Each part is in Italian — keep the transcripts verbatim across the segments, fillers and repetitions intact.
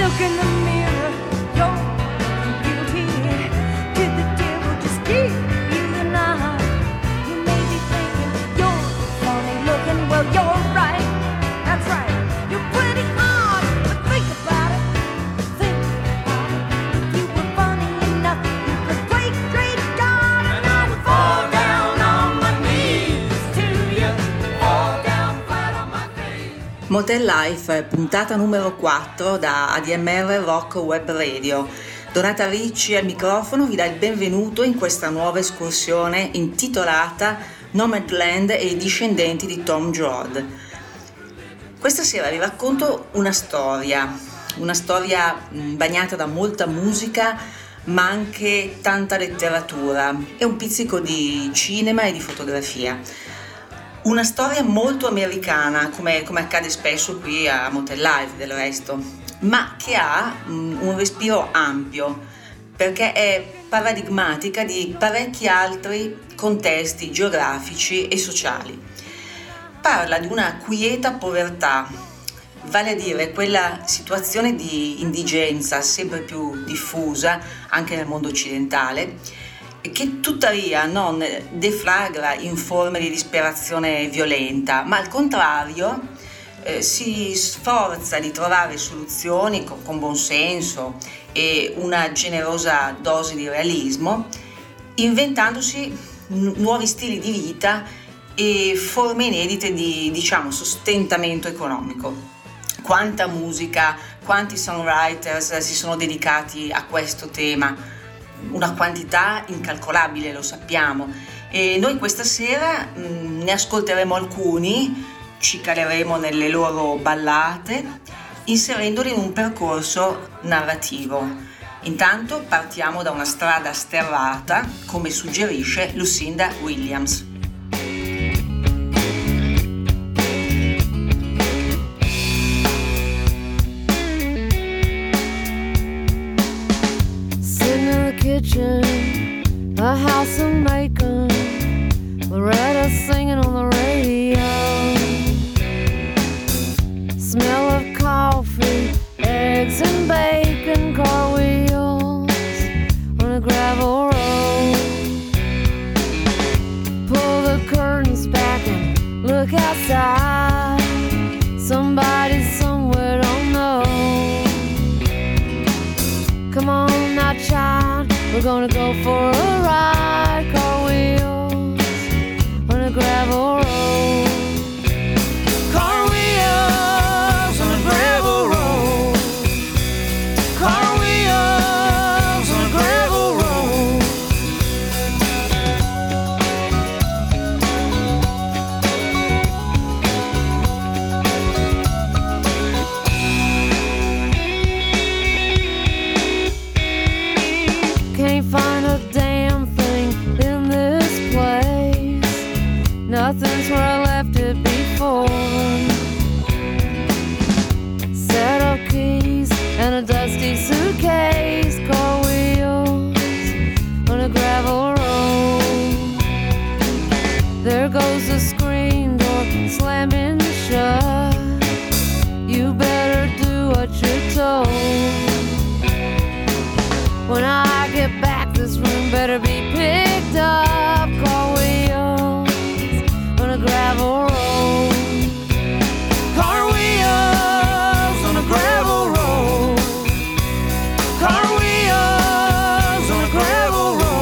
look in the mirror, you're guilty. Did the devil just give you the nod? You may be thinking you're funny looking, well you're right, that's right. You're pretty odd, but think about it, think about it. If you were funny enough, you could break straight God, and I'd fall down on my knees to you, fall down flat on my face. Motel Life, puntata numero quattro da A D M R Rock Web Radio. Donata Ricci al microfono vi dà il benvenuto in questa nuova escursione intitolata Nomadland e i discendenti di Tom Joad. Questa sera vi racconto una storia, una storia bagnata da molta musica, ma anche tanta letteratura e un pizzico di cinema e di fotografia. Una storia molto americana, come, come accade spesso qui a Motel Life del resto, ma che ha um, un respiro ampio, perché è paradigmatica di parecchi altri contesti geografici e sociali. Parla di una quieta povertà, vale a dire quella situazione di indigenza sempre più diffusa anche nel mondo occidentale, che tuttavia non deflagra in forme di disperazione violenta, ma al contrario eh, si sforza di trovare soluzioni con, con buon senso e una generosa dose di realismo, inventandosi n- nuovi stili di vita e forme inedite di, diciamo, sostentamento economico. Quanta musica, quanti songwriters si sono dedicati a questo tema, una quantità incalcolabile, lo sappiamo, e noi questa sera mh, ne ascolteremo alcuni, ci caleremo nelle loro ballate, inserendoli in un percorso narrativo. Intanto partiamo da una strada sterrata, come suggerisce Lucinda Williams. Kitchen, a house of Macon, Loretta singing on the radio. Smell of coffee, eggs and bacon, car wheels on a gravel road. Pull the curtains back and look outside. Somebody somewhere, don't know. Come on now, child, we're gonna go for a ride. Car wheels on a gravel road. Car wheels on a gravel road. Car wheels on a gravel road. Can't find a damn thing in this place. Nothing's where I left it before. Set of keys and a dusty suitcase. Car wheels on a gravel road. There goes the screen door slamming shut. You better do what you're told. When I get back, this room better be picked up. Car wheels on a gravel road. Car wheels on a gravel road. Car wheels on a gravel road.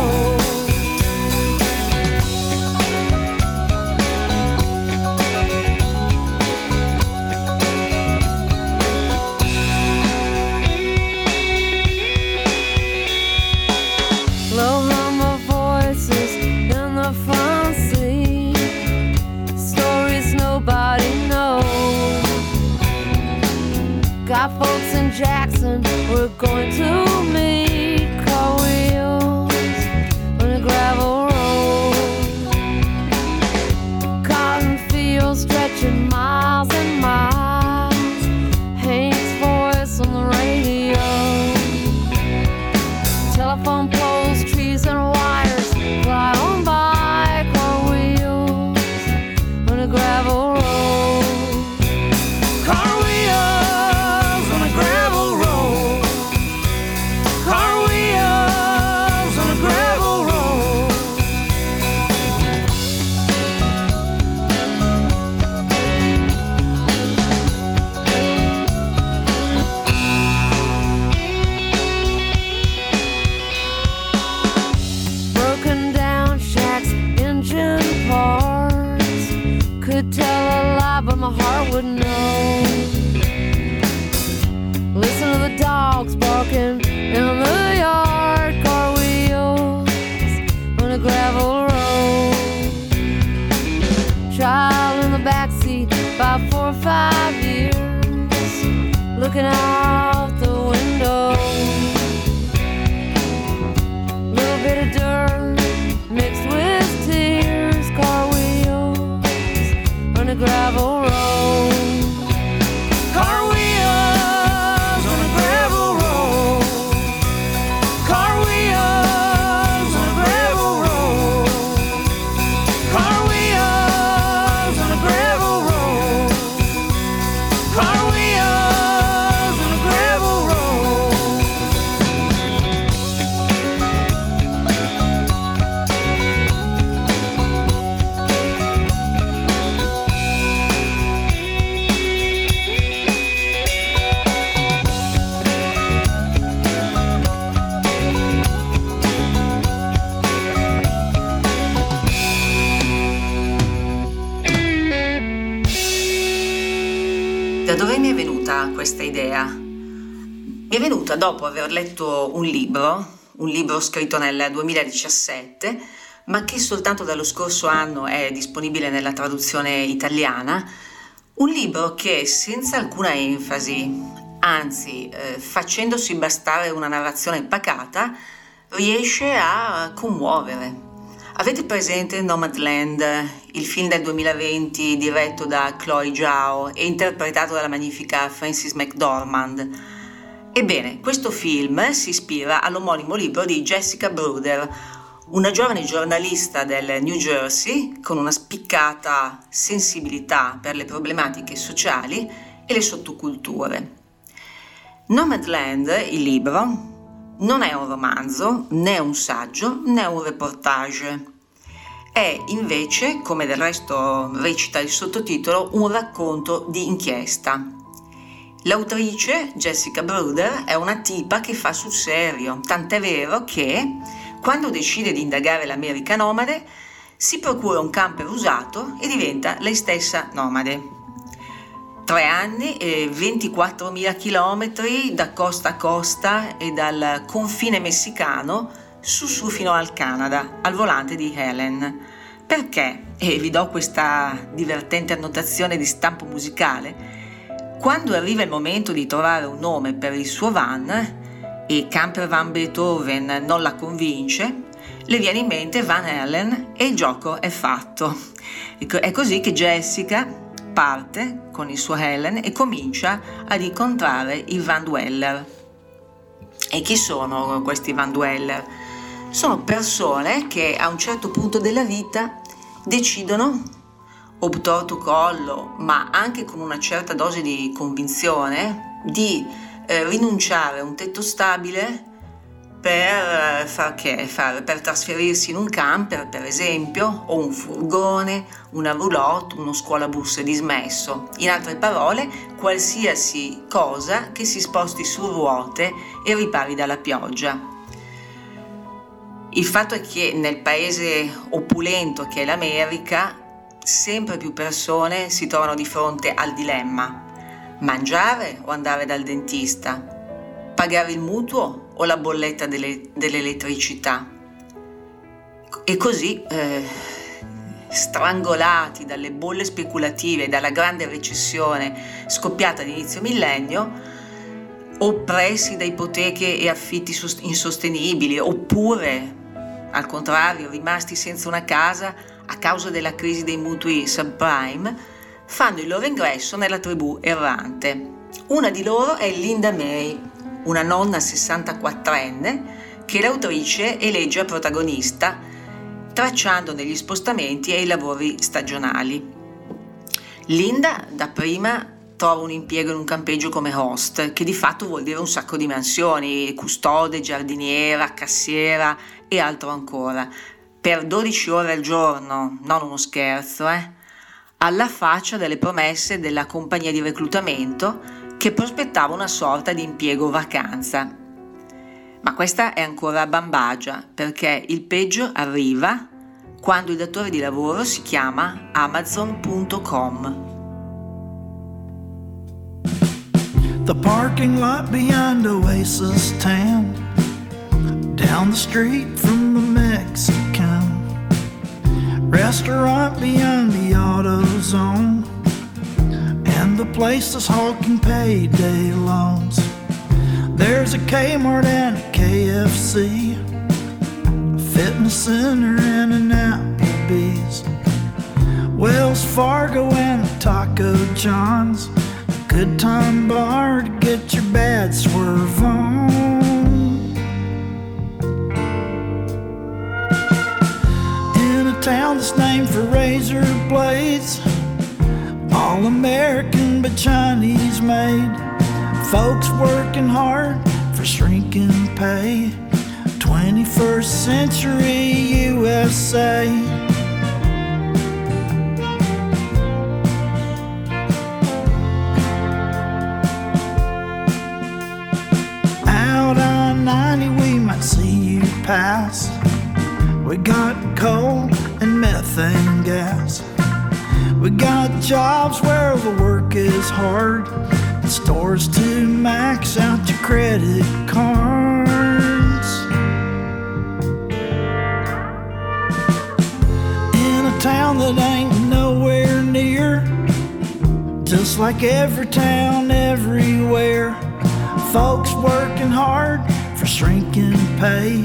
Low hum of voices in the front seat. Stories nobody knows. Got folks in Jackson we're going to meet. Car wheels on a gravel road. Cotton fields stretching miles and miles. Hank's voice on the radio. Telephone poles, trees and wires fly on by. Car wheels on a gravel road. Car wheels on a gravel road. working in the yard, car wheels on a gravel road. Child in the backseat, about four or five years, looking out the window. Little bit of dirt mixed with tears, car wheels on a gravel road. Car wheels on a gravel road. Car wheels on a gravel road. Car wheels on a gravel road. Car wheels on a gravel road. Da dove mi è venuta questa idea? Mi è venuta dopo aver letto un libro, un libro scritto nel duemiladiciassette, ma che soltanto dallo scorso anno è disponibile nella traduzione italiana, un libro che senza alcuna enfasi, anzi eh, facendosi bastare una narrazione pacata, riesce a commuovere. Avete presente Nomadland, il film del duemilaventi diretto da Chloe Zhao e interpretato dalla magnifica Frances McDormand? Ebbene, questo film si ispira all'omonimo libro di Jessica Bruder, una giovane giornalista del New Jersey con una spiccata sensibilità per le problematiche sociali e le sottoculture. Nomadland, il libro, non è un romanzo, né un saggio, né un reportage. È invece, come del resto recita il sottotitolo, un racconto di inchiesta. L'autrice, Jessica Bruder, è una tipa che fa sul serio, tant'è vero che, quando decide di indagare l'America nomade, si procura un camper usato e diventa lei stessa nomade. Tre anni e ventiquattromila chilometri da costa a costa e dal confine messicano su su fino al Canada, al volante di Helen. Perché? E vi do questa divertente annotazione di stampo musicale. Quando arriva il momento di trovare un nome per il suo van e Camper Van Beethoven non la convince, le viene in mente Van Halen e il gioco è fatto. È così che Jessica parte con il suo Helen e comincia ad incontrare i Van Dweller. E chi sono questi Van Dweller? Sono persone che a un certo punto della vita decidono, obtorto collo, ma anche con una certa dose di convinzione, di eh, rinunciare a un tetto stabile per far che fare? Per trasferirsi in un camper, per esempio, o un furgone, una roulotte, uno scuolabus dismesso. In altre parole, qualsiasi cosa che si sposti su ruote e ripari dalla pioggia. Il fatto è che nel paese opulento che è l'America, sempre più persone si trovano di fronte al dilemma: mangiare o andare dal dentista? Pagare il mutuo o la bolletta delle, dell'elettricità? E così, eh, strangolati dalle bolle speculative e dalla grande recessione scoppiata all'inizio millennio, oppressi da ipoteche e affitti insostenibili, oppure, al contrario, rimasti senza una casa a causa della crisi dei mutui subprime, fanno il loro ingresso nella tribù errante. Una di loro è Linda May, una nonna sessantaquattrenne che l'autrice elegge a protagonista, tracciando negli spostamenti e i lavori stagionali. Linda dapprima trova un impiego in un campeggio come host, che di fatto vuol dire un sacco di mansioni: custode, giardiniera, cassiera e altro ancora, per dodici ore al giorno, non uno scherzo, eh? Alla faccia delle promesse della compagnia di reclutamento che prospettava una sorta di impiego vacanza. Ma questa è ancora bambagia, perché il peggio arriva quando il datore di lavoro si chiama Amazon punto com. the parking lot beyond Oasis Town, down the street from the Mexican restaurant beyond the AutoZone, and the place that's hawking payday loans. There's a Kmart and a K F C, a fitness center and an Applebee's, Wells Fargo and a Taco John's, a good time bar to get your bad swerve on. In a town that's named for razor blades, all American but Chinese made, folks working hard for shrinking pay, twenty-first century U S A. Out on ninety we might see you pass, we got coal and methane gas, we got jobs where the work is hard, stores to max out your credit cards. In a town that ain't nowhere near, just like every town everywhere, folks working hard for shrinking pay.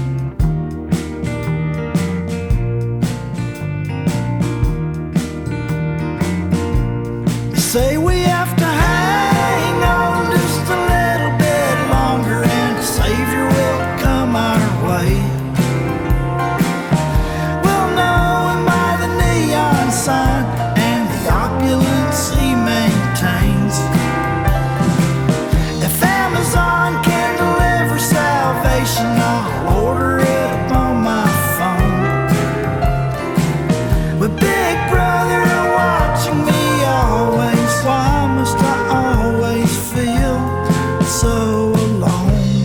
Say we have to hang on just a little bit longer and a savior will come our way. We'll know him by the neon sign and the opulence he maintains. If Amazon can deliver salvation, I'll order it up on my phone. With Big Brother watching me always, why must I always feel so alone?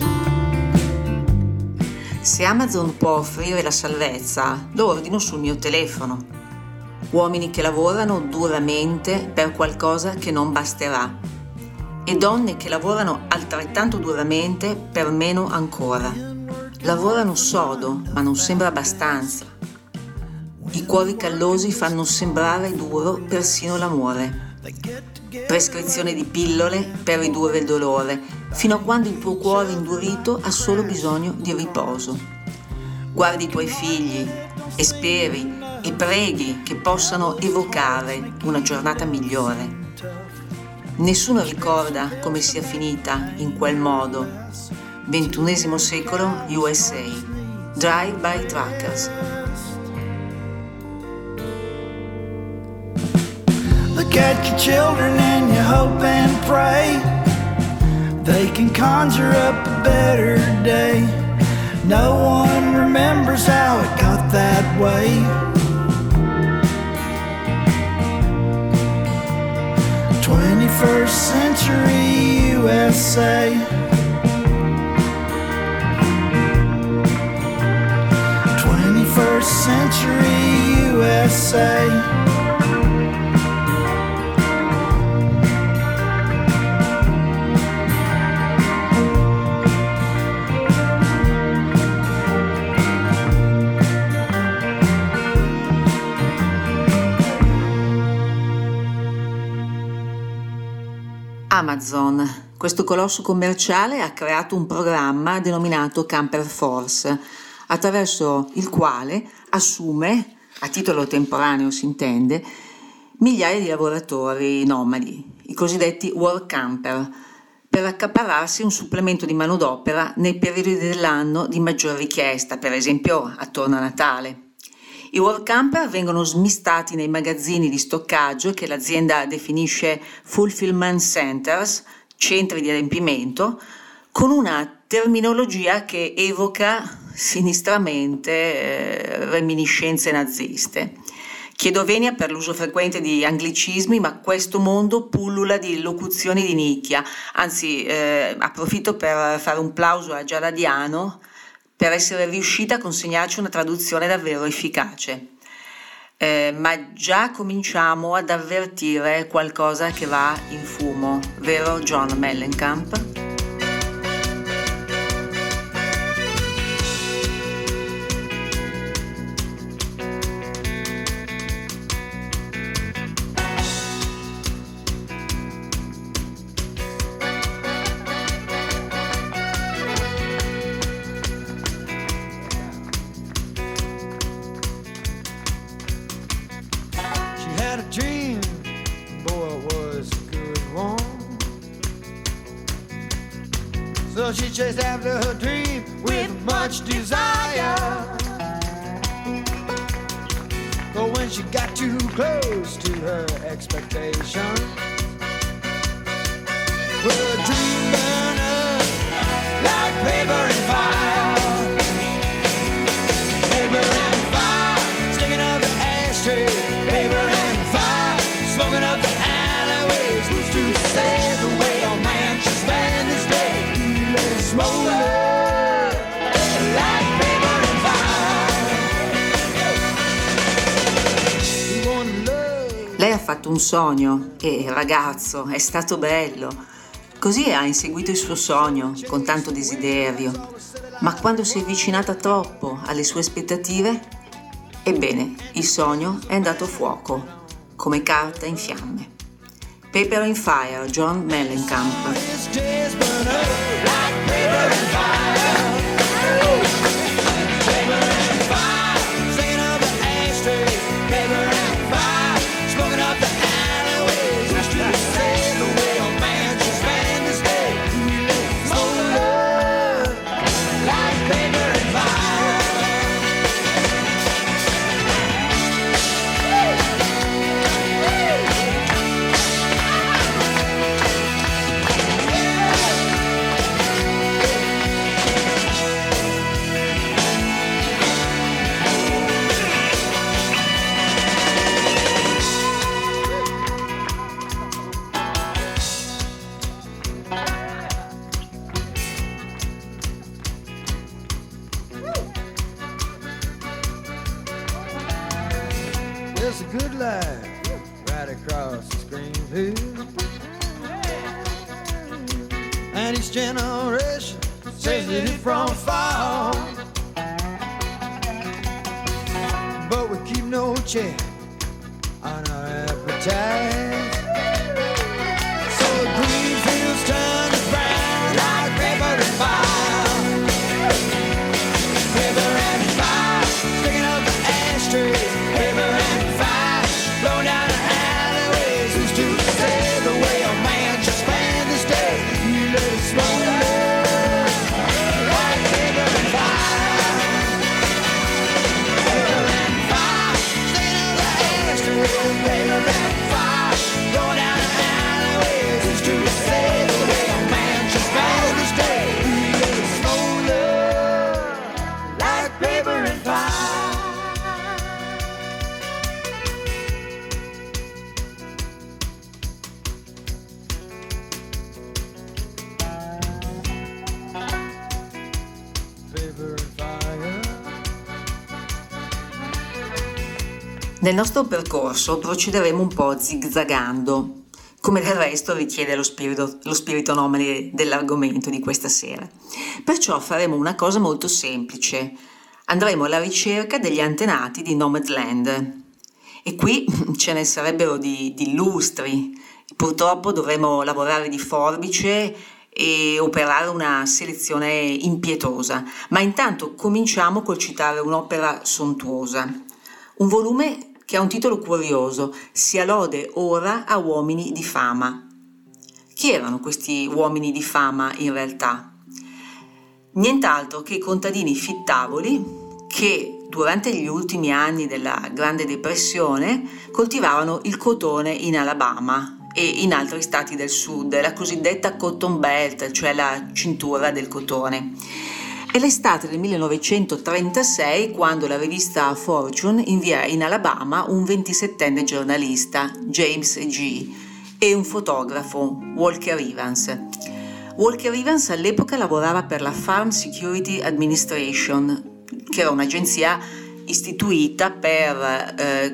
Se Amazon può offrire la salvezza, lo ordino sul mio telefono. Uomini che lavorano duramente per qualcosa che non basterà, e donne che lavorano altrettanto duramente per meno ancora. Lavorano sodo, ma non sembra abbastanza. I cuori callosi fanno sembrare duro persino l'amore. Prescrizione di pillole per ridurre il dolore, fino a quando il tuo cuore indurito ha solo bisogno di riposo. Guardi i tuoi figli e speri e preghi che possano evocare una giornata migliore. Nessuno ricorda come sia finita in quel modo. ventunesimo secolo U S A. Drive-by truckers. Look at your children and you hope and pray they can conjure up a better day. No one remembers how it got that way. twenty-first century U S A. twenty-first century U S A. Amazon, questo colosso commerciale, ha creato un programma denominato Camper Force, attraverso il quale assume, a titolo temporaneo si intende, migliaia di lavoratori nomadi, i cosiddetti work camper, per accaparrarsi un supplemento di manodopera nei periodi dell'anno di maggior richiesta, per esempio attorno a Natale. I work camper vengono smistati nei magazzini di stoccaggio che l'azienda definisce fulfillment centers, centri di adempimento, con una terminologia che evoca sinistramente eh, reminiscenze naziste. Chiedo venia per l'uso frequente di anglicismi, ma questo mondo pullula di locuzioni di nicchia. Anzi, eh, approfitto per fare un plauso a Giada Diano per essere riuscita a consegnarci una traduzione davvero efficace. eh, ma già cominciamo ad avvertire qualcosa che va in fumo, vero John Mellencamp? So she chased after her dream with much desire. But when she got too close to her expectation, well, her dream burned up like paper and fire. Paper and fire, sticking up the ashtray. Paper and fire, smoking up the alleyways. Who's to say the way a man should spend his day? Lei ha fatto un sogno e il ragazzo è stato bello. Così ha inseguito il suo sogno con tanto desiderio. Ma quando si è avvicinata troppo alle sue aspettative, ebbene, il sogno è andato a fuoco, come carta in fiamme. Paper and Fire, John Mellencamp. It's a good life right across the screen field, and each generation says that it from far, but we keep no check on our appetite. So the green fields turn to brown like paper and fire. Paper and fire, sticking up the ashtray. Paper and fire, blow down the alleyways. Who's to say the way a man should spend his day? You let it smoke like paper and fire. Paper and fire, sticking up the ashtray. Paper and fire, blow down the alleyways. Who's to say the way a man should spend his day? You let it smoke like paper and fire. Nel nostro percorso procederemo un po' zigzagando, come del resto richiede lo spirito, lo spirito nomade dell'argomento di questa sera. Perciò faremo una cosa molto semplice. Andremo alla ricerca degli antenati di Nomadland. E qui ce ne sarebbero di, di illustri. Purtroppo dovremo lavorare di forbice e operare una selezione impietosa. Ma intanto cominciamo col citare un'opera sontuosa. Un volume che ha un titolo curioso, Sia lode ora a uomini di fama. Chi erano questi uomini di fama in realtà? Nient'altro che i contadini fittavoli che durante gli ultimi anni della Grande Depressione coltivavano il cotone in Alabama e in altri stati del sud, la cosiddetta Cotton Belt, cioè la cintura del cotone. È l'estate del millenovecentotrentasei quando la rivista Fortune invia in Alabama un ventisettenne giornalista, James G., e un fotografo, Walker Evans. Walker Evans all'epoca lavorava per la Farm Security Administration, che era un'agenzia istituita per eh,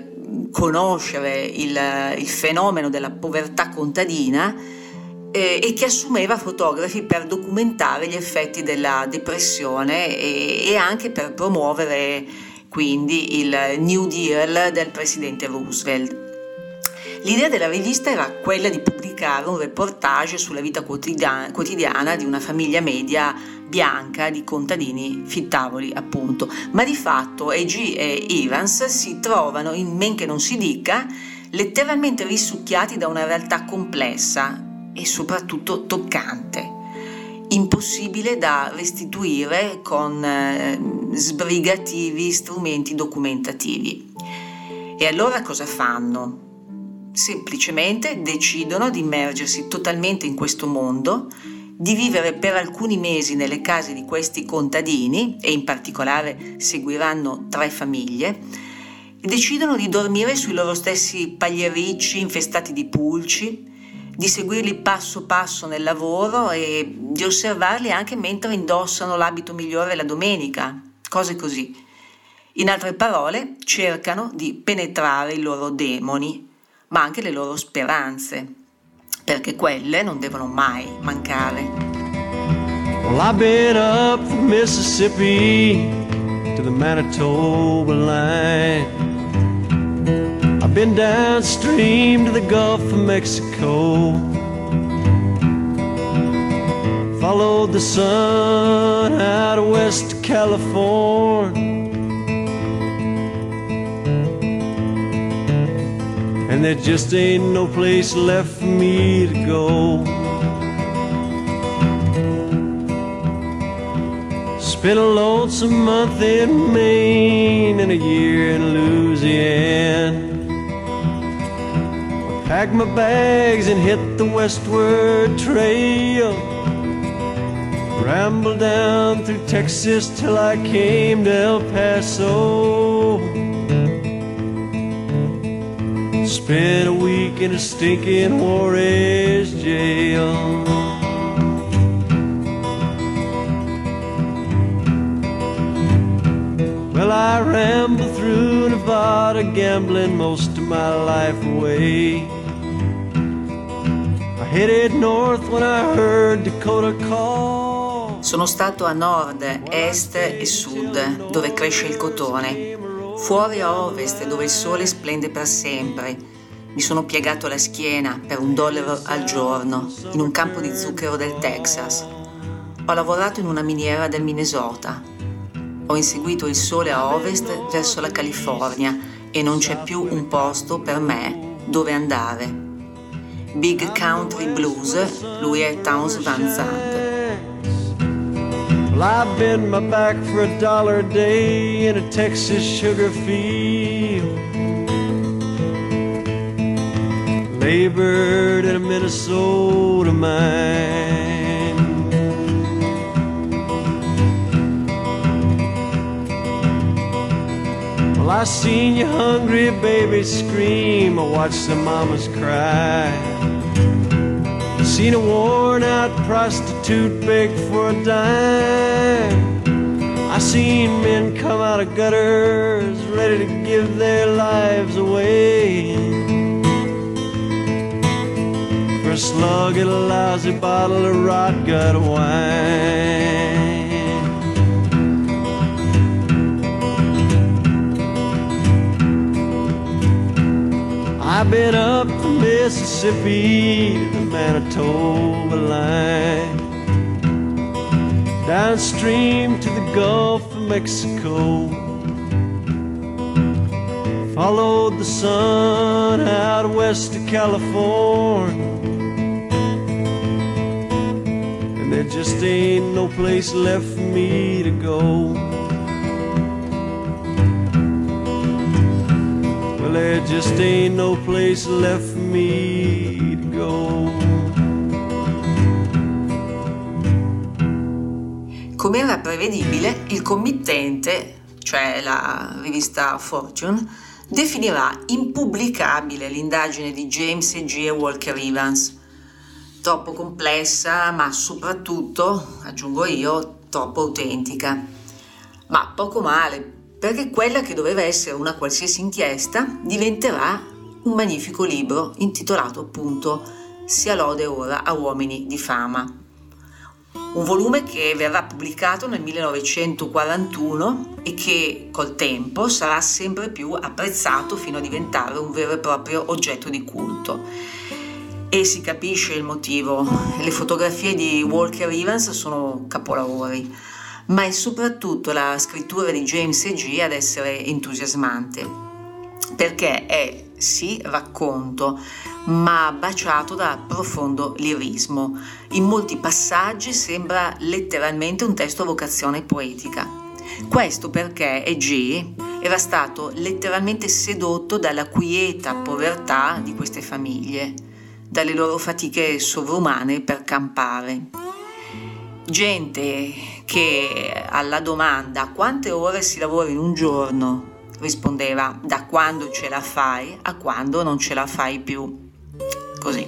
conoscere il, il fenomeno della povertà contadina eh, e che assumeva fotografi per documentare gli effetti della depressione e, e anche per promuovere quindi il New Deal del presidente Roosevelt. L'idea della rivista era quella di pubblicare un reportage sulla vita quotidiana, quotidiana di una famiglia media bianca di contadini fittavoli, appunto, ma di fatto A G e Evans si trovano, in men che non si dica, letteralmente risucchiati da una realtà complessa e soprattutto toccante, impossibile da restituire con eh, sbrigativi strumenti documentativi. E allora cosa fanno? Semplicemente decidono di immergersi totalmente in questo mondo, di vivere per alcuni mesi nelle case di questi contadini, e in particolare seguiranno tre famiglie, e decidono di dormire sui loro stessi pagliericci infestati di pulci, di seguirli passo passo nel lavoro e di osservarli anche mentre indossano l'abito migliore la domenica, cose così. In altre parole, cercano di penetrare i loro demoni, ma anche le loro speranze, perché quelle non devono mai mancare. Well, I've been up from Mississippi to the Manitoba line. I've been downstream to the Gulf of Mexico. Followed the sun out of West California. And there just ain't no place left for me to go. Spent a lonesome month in Maine and a year in Louisiana. Packed my bags and hit the westward trail. Rambled down through Texas till I came to El Paso. Spent a week in a stinking Juarez jail. Well, I rambled through Nevada, gambling most of my life away. I headed north when I heard Dakota call. Sono stato a nord, est e sud, dove cresce il cotone. Fuori a ovest, dove il sole splende per sempre. Mi sono piegato la schiena per un dollaro al giorno in un campo di zucchero del Texas. Ho lavorato in una miniera del Minnesota. Ho inseguito il sole a ovest verso la California e non c'è più un posto per me dove andare. Big Country Blues, lui è Townes Van Zandt. Well, I bend my back for a dollar a day in a Texas sugar field. Labored in a Minnesota mine. Well, I seen your hungry babies scream, I watched the mamas cry. Seen a worn out prostitute beg for a dime. I seen men come out of gutters ready to give their lives away for a slug at a lousy bottle of rot gut wine. I've been up the Mississippi to the Manitoba line, downstream to the Gulf of Mexico. Followed the sun out west of California, and there just ain't no place left for me to go. Well, there just ain't no place left for me to go. Come era prevedibile, il committente, cioè la rivista Fortune, definirà impubblicabile l'indagine di James A G e Walker Evans. Troppo complessa, ma soprattutto, aggiungo io, troppo autentica. Ma poco male, perché quella che doveva essere una qualsiasi inchiesta diventerà un magnifico libro intitolato appunto Sia lode ora a uomini di fama. Un volume che verrà pubblicato nel millenovecentoquarantuno e che col tempo sarà sempre più apprezzato fino a diventare un vero e proprio oggetto di culto. E si capisce il motivo. Le fotografie di Walker Evans sono capolavori, ma è soprattutto la scrittura di James E G ad essere entusiasmante, perché è sì racconto, ma baciato da profondo lirismo. In molti passaggi sembra letteralmente un testo a vocazione poetica. Questo perché E G era stato letteralmente sedotto dalla quieta povertà di queste famiglie, dalle loro fatiche sovrumane per campare. Gente che alla domanda quante ore si lavora in un giorno rispondeva da quando ce la fai a quando non ce la fai più. Così.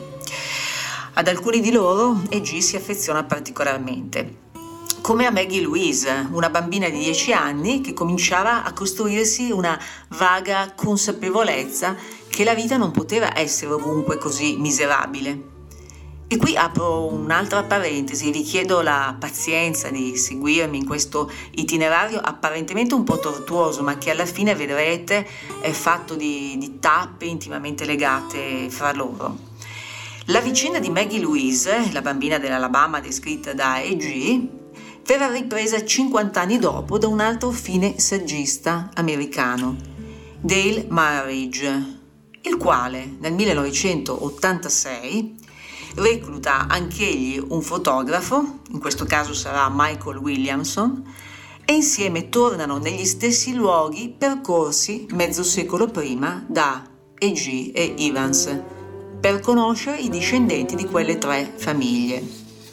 Ad alcuni di loro E G si affeziona particolarmente, come a Maggie Louise, una bambina di dieci anni che cominciava a costruirsi una vaga consapevolezza che la vita non poteva essere ovunque così miserabile. E qui apro un'altra parentesi, vi chiedo la pazienza di seguirmi in questo itinerario apparentemente un po' tortuoso, ma che alla fine vedrete è fatto di, di tappe intimamente legate fra loro. La vicenda di Maggie Louise, la bambina dell'Alabama descritta da E G, verrà ripresa cinquanta anni dopo da un altro fine saggista americano, Dale Marriage, il quale nel millenovecentottantasei recluta anch'egli un fotografo, in questo caso sarà Michael Williamson, e insieme tornano negli stessi luoghi percorsi mezzo secolo prima da E G e Evans, per conoscere i discendenti di quelle tre famiglie.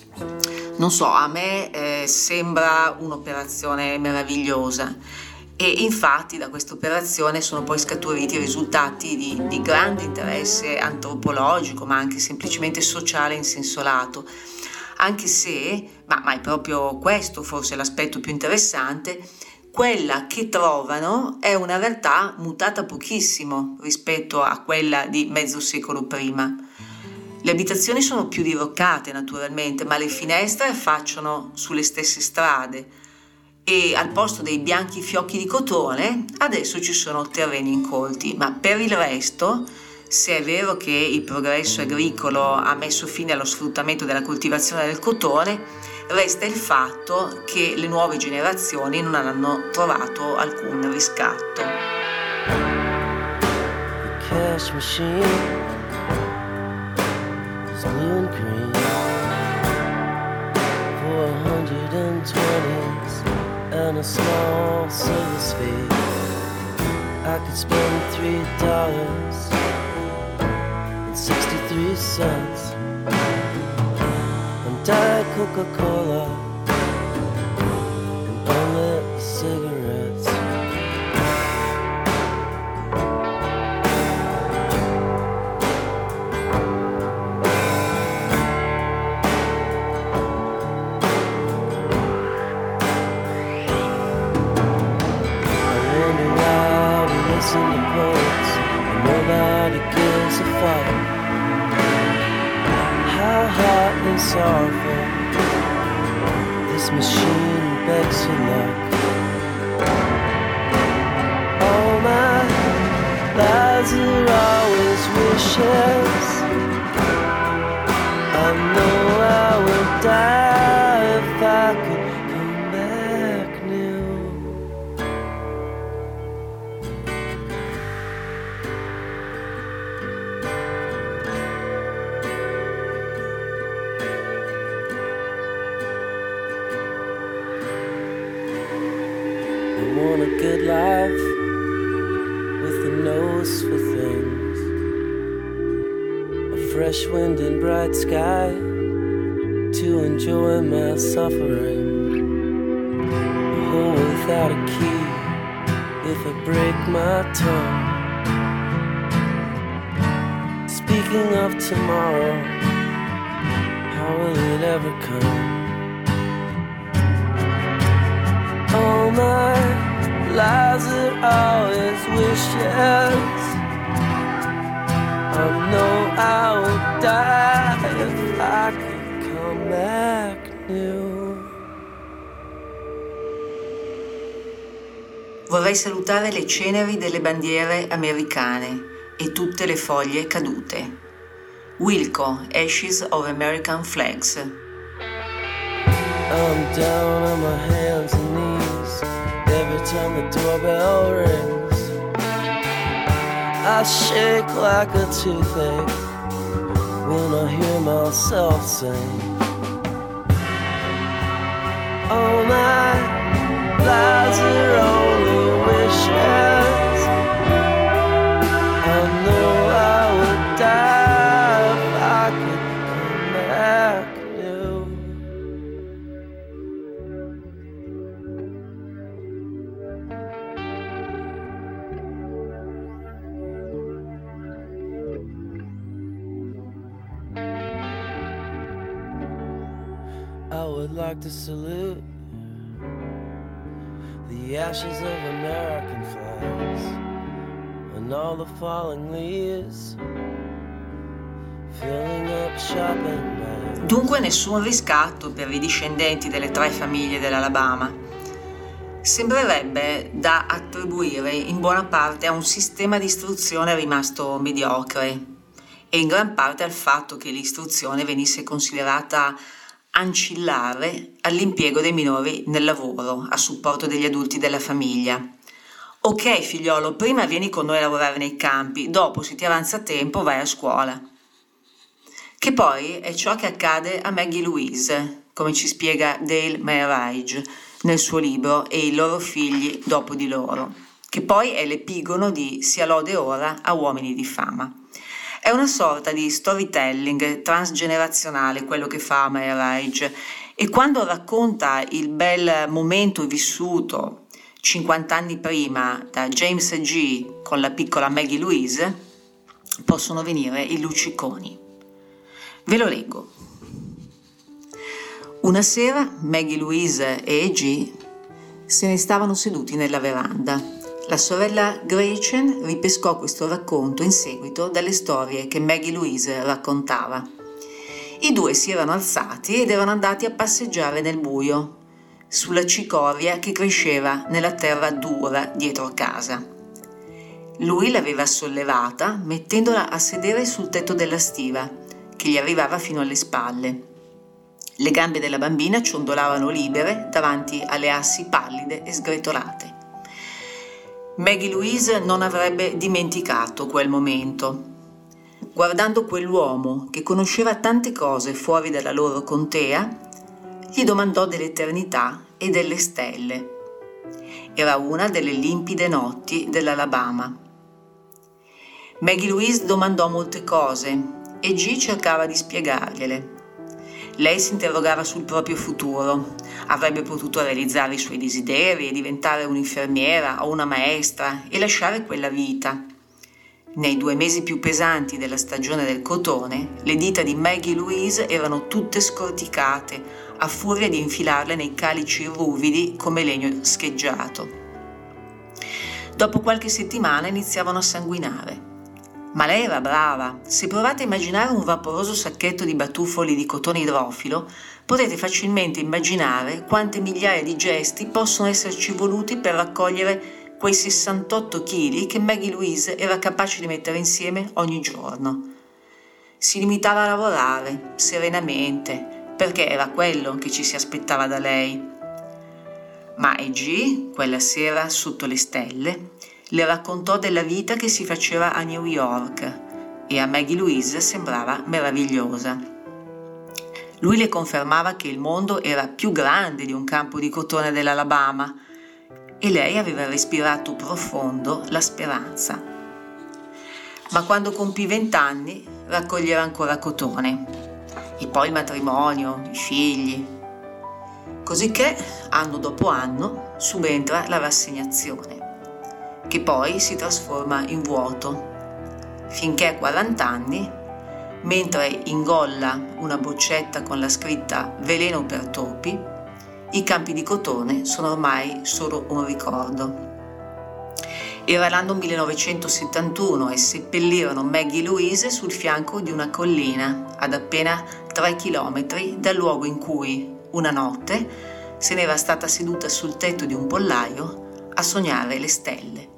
Non so, a me eh, sembra un'operazione meravigliosa. E infatti da questa operazione sono poi scaturiti risultati di, di grande interesse antropologico, ma anche semplicemente sociale in senso lato, anche se, ma, ma è proprio questo forse l'aspetto più interessante, quella che trovano è una realtà mutata pochissimo rispetto a quella di mezzo secolo prima. Le abitazioni sono più diroccate naturalmente, ma le finestre affacciano sulle stesse strade, e al posto dei bianchi fiocchi di cotone adesso ci sono terreni incolti, ma per il resto, se è vero che il progresso agricolo ha messo fine allo sfruttamento della coltivazione del cotone, resta il fatto che le nuove generazioni non hanno trovato alcun riscatto. The cash machine is blue and green for a hundred and twenties and a small silver spade. I could spend three dollars and sixty-three cents on Diet Coca-Cola and unlit cigarettes. Listen to poets, and nobody gives a fuck how hot and sorrowful this machine begs your luck. All my lives are always wishes. I know I would die if I could come back new. I want a good life with a nose for things, a fresh wind and bright sky to enjoy my suffering, a hole without a key if I break my tongue. Speaking of tomorrow, how will it ever come? All my lies that always wishes. I know I would die if I could come back new. Vorrei salutare le ceneri delle bandiere americane e tutte le foglie cadute. Wilco, Ashes of American Flags. I'm down on my hands and knees every time the doorbell rings. I shake like a toothache when I hear myself sing. All my lies are only wishes. I know I would die if I could come back new. I would like to salute the ashes of American flags and all the falling leaves filling up shopping bags. Dunque nessun riscatto per i discendenti delle tre famiglie dell'Alabama. Sembrerebbe da attribuire in buona parte a un sistema di istruzione rimasto mediocre e in gran parte al fatto che l'istruzione venisse considerata ancillare all'impiego dei minori nel lavoro a supporto degli adulti della famiglia. Ok figliolo, prima vieni con noi a lavorare nei campi, dopo se ti avanza tempo vai a scuola. Che poi è ciò che accade a Maggie Louise, come ci spiega Dale Maharaj nel suo libro E i loro figli dopo di loro, che poi è l'epigono di Sia lode ora a uomini di fama. È una sorta di storytelling transgenerazionale quello che fa Maharaj, e quando racconta il bel momento vissuto cinquanta anni prima da James G. con la piccola Maggie Louise, possono venire i lucciconi. Ve lo leggo. Una sera Maggie Louise e G. se ne stavano seduti nella veranda. La sorella Gretchen ripescò questo racconto in seguito dalle storie che Maggie Louise raccontava. I due si erano alzati ed erano andati a passeggiare nel buio, sulla cicoria che cresceva nella terra dura dietro a casa. Lui l'aveva sollevata mettendola a sedere sul tetto della stiva, che gli arrivava fino alle spalle. Le gambe della bambina ciondolavano libere davanti alle assi pallide e sgretolate. Maggie Louise non avrebbe dimenticato quel momento. Guardando quell'uomo che conosceva tante cose fuori dalla loro contea, gli domandò dell'eternità e delle stelle. Era una delle limpide notti dell'Alabama. Maggie Louise domandò molte cose e G cercava di spiegargliele. Lei si interrogava sul proprio futuro. Avrebbe potuto realizzare i suoi desideri e diventare un'infermiera o una maestra e lasciare quella vita. Nei due mesi più pesanti della stagione del cotone, le dita di Maggie Louise erano tutte scorticate, a furia di infilarle nei calici ruvidi come legno scheggiato. Dopo qualche settimana iniziavano a sanguinare. Ma lei era brava. Se provate a immaginare un vaporoso sacchetto di batuffoli di cotone idrofilo, potete facilmente immaginare quante migliaia di gesti possono esserci voluti per raccogliere quei sessantotto chili che Maggie Louise era capace di mettere insieme ogni giorno. Si limitava a lavorare, serenamente, perché era quello che ci si aspettava da lei. Ma E G, quella sera sotto le stelle, le raccontò della vita che si faceva a New York e a Maggie Louise sembrava meravigliosa. Lui le confermava che il mondo era più grande di un campo di cotone dell'Alabama e lei aveva respirato profondo la speranza. Ma quando compì vent'anni raccoglieva ancora cotone e poi il matrimonio, i figli. Cosicché, anno dopo anno, subentra la rassegnazione, che poi si trasforma in vuoto, finché a quaranta anni, mentre ingolla una boccetta con la scritta «Veleno per topi», i campi di cotone sono ormai solo un ricordo. Era l'anno millenovecentosettantuno e seppellirono Maggie Louise sul fianco di una collina, ad appena tre chilometri dal luogo in cui, una notte, se n'era stata seduta sul tetto di un pollaio a sognare le stelle.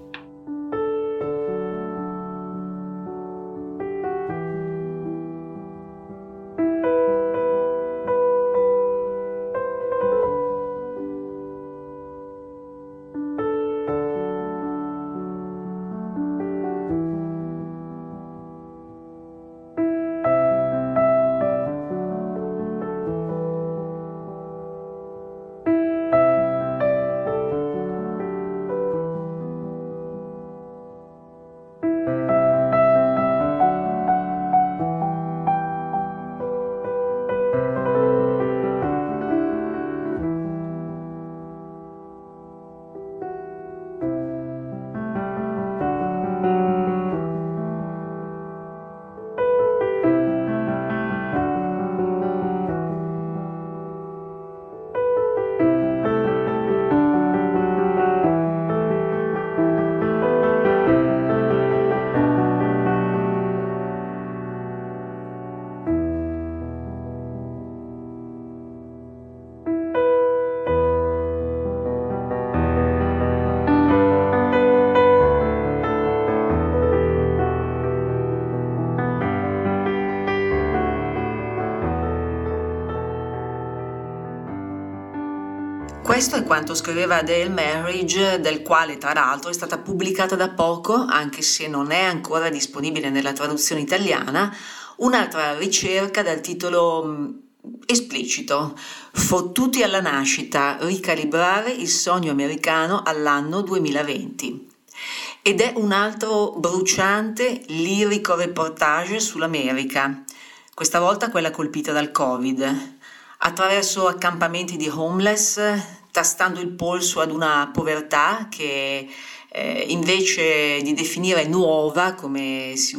Questo è quanto scriveva Dale Marriage, del quale tra l'altro è stata pubblicata da poco, anche se non è ancora disponibile nella traduzione italiana, un'altra ricerca dal titolo mh, esplicito: Fottuti alla nascita, ricalibrare il sogno americano all'anno duemilaventi. Ed è un altro bruciante, lirico reportage sull'America, questa volta quella colpita dal Covid. Attraverso accampamenti di homeless, tastando il polso ad una povertà che eh, invece di definire nuova, come si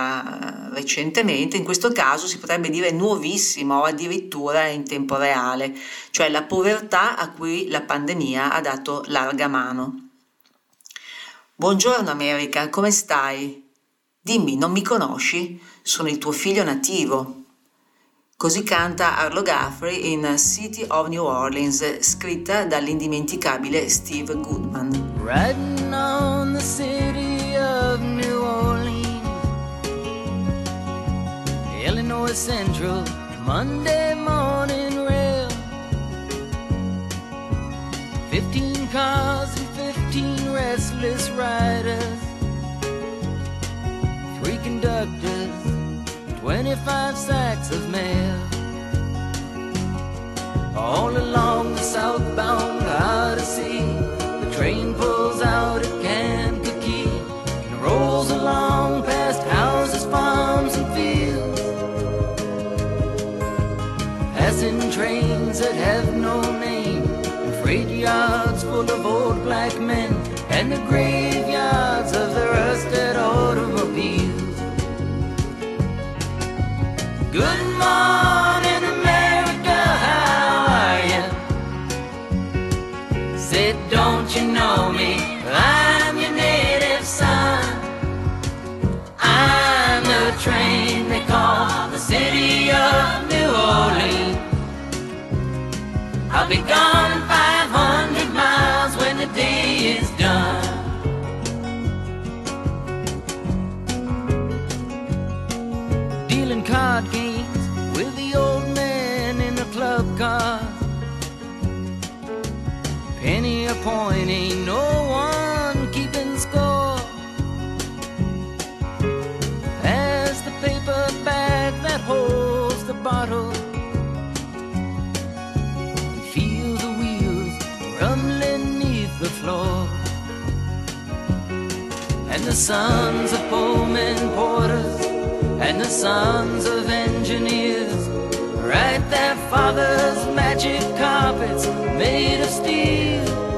usa recentemente, in questo caso si potrebbe dire nuovissima o addirittura in tempo reale, cioè la povertà a cui la pandemia ha dato larga mano. Buongiorno America, come stai? Dimmi, non mi conosci? Sono il tuo figlio nativo. Così canta Arlo Guthrie in City of New Orleans, scritta dall'indimenticabile Steve Goodman. Riding on the city of New Orleans, Illinois Central, Monday morning rail. Fifteen cars and fifteen restless riders, three conductors, twenty-five sacks of mail. All along the southbound Odyssey, the train pulls out at Kankakee and rolls along past houses, farms, and fields, passing trains that have no name, and freight yards full of old black men, and the graveyards of the rusted automobiles. Good morning, America, how are you? Said, don't you know me? I'm your native son. I'm the train they call the city of New Orleans. I'll be gone five hundred miles when the day is done. Dealing card games with the old man in the club car. Penny a point, ain't no one keeping score. As the paper bag that holds the bottle, you feel the wheels rumbling neath the floor. And the sons of Pullman porters and the sons of engineers write their father's magic carpets made of steel.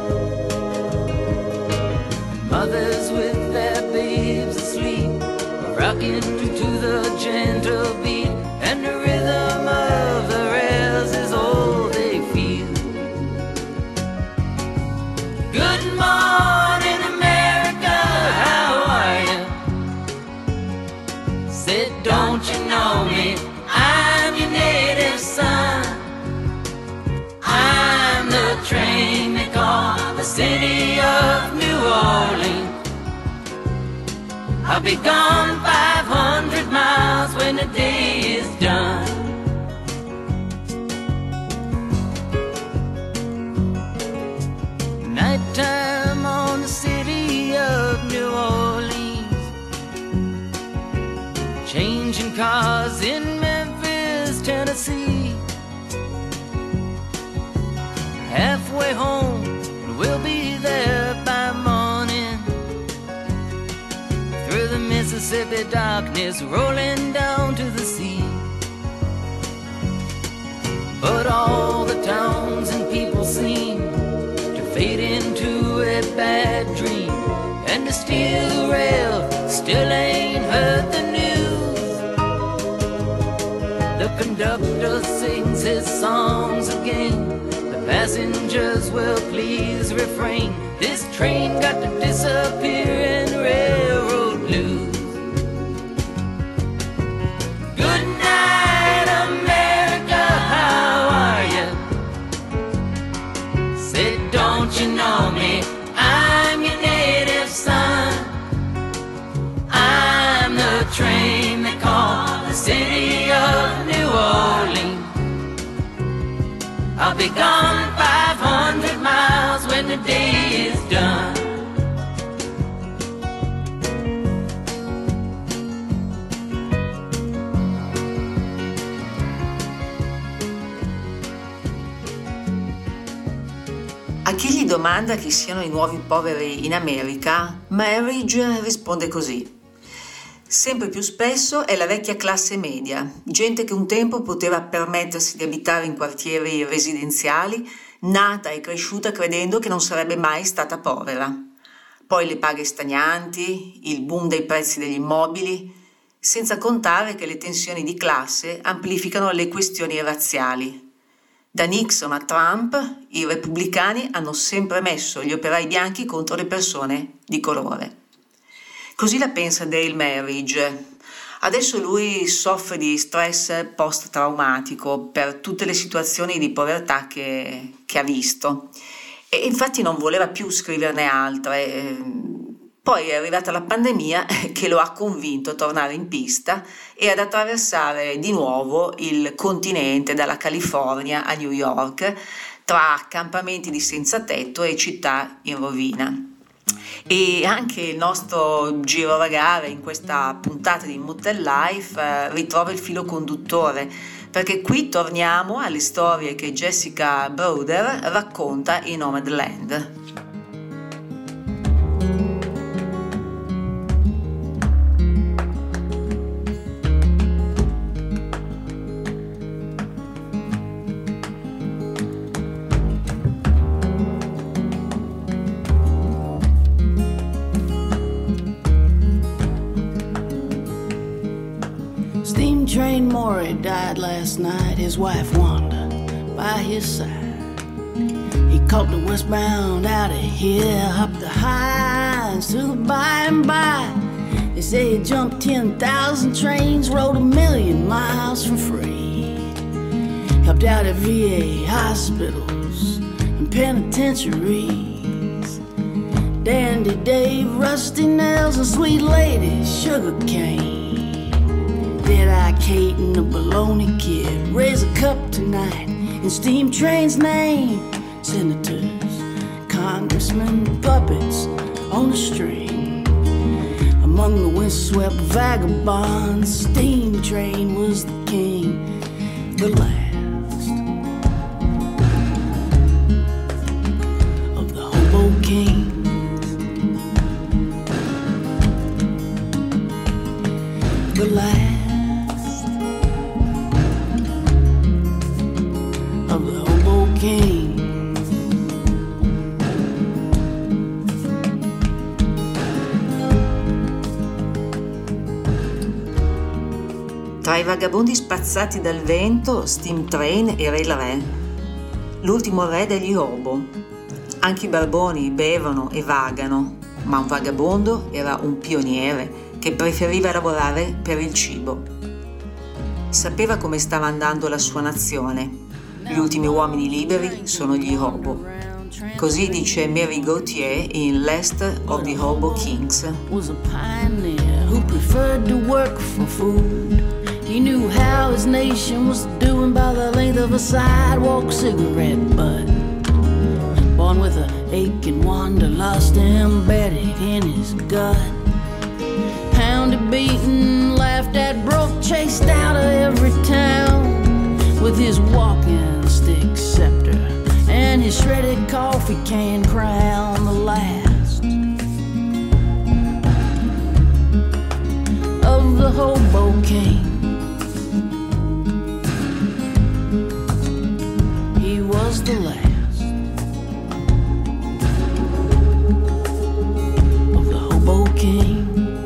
And mothers with their babes asleep are rocking to the gentle beat, and the rhythm of the rails is all they feel. Good morning, America, be gone five hundred miles when the day is done. Nighttime on the city of New Orleans, changing cars in Memphis, Tennessee. Halfway home, we'll be there by morning. Through the Mississippi darkness, rolling down to the sea. But all the towns and people seem to fade into a bad dream, and the steel rail still ain't heard the news. The conductor sings his songs again. Passengers will please refrain. This train got to disappear in railroad blues. Good night, America, how are you? Say, don't you know me? I'm your native son. I'm the train they call the city of New Orleans. I'll be gone five hundred miles when the day is done. A chi gli domanda chi siano i nuovi poveri in America, Marriage risponde così. Sempre più spesso è la vecchia classe media, gente che un tempo poteva permettersi di abitare in quartieri residenziali, nata e cresciuta credendo che non sarebbe mai stata povera. Poi le paghe stagnanti, il boom dei prezzi degli immobili, senza contare che le tensioni di classe amplificano le questioni razziali. Da Nixon a Trump, i repubblicani hanno sempre messo gli operai bianchi contro le persone di colore. Così la pensa Dale Marriage. Adesso lui soffre di stress post-traumatico per tutte le situazioni di povertà che, che ha visto e infatti non voleva più scriverne altre. Poi è arrivata la pandemia che lo ha convinto a tornare in pista e ad attraversare di nuovo il continente dalla California a New York tra accampamenti di senza tetto e città in rovina. E anche il nostro girovagare in questa puntata di Motel Life eh, ritrova il filo conduttore, perché qui torniamo alle storie che Jessica Broder racconta in Nomadland. Train Maury died last night, his wife Wanda by his side. He caught the westbound out of here, up the highs to the by and by. They say he jumped ten thousand trains, rode a million miles for free. Helped out at V A hospitals and penitentiaries. Dandy Dave, Rusty Nails, and Sweet Lady Sugar Cane. Dead-Eye Kate and the Baloney Kid raise a cup tonight in Steam Train's name. Senators, congressmen, puppets on a string. Among the windswept vagabonds, Steam Train was the king, the last of the Hobo Kings. The last Tra i vagabondi spazzati dal vento, Steam Train era il re, l'ultimo re degli hobo. Anche i barboni bevono e vagano, ma un vagabondo era un pioniere che preferiva lavorare per il cibo. Sapeva come stava andando la sua nazione. Gli ultimi uomini liberi sono gli hobo. Così dice Mary Gauthier in Last of the Hobo Kings. Was a pioneer who preferred to work for food. He knew how his nation was doing by the length of a sidewalk cigarette butt. Born with a aching wanderlust embedded in his gut. Pounded, beaten, laughed at, broke, chased out of every town with his walking stick scepter and his shredded coffee can crown, the last of the hobo king. He was the last of the hobo king.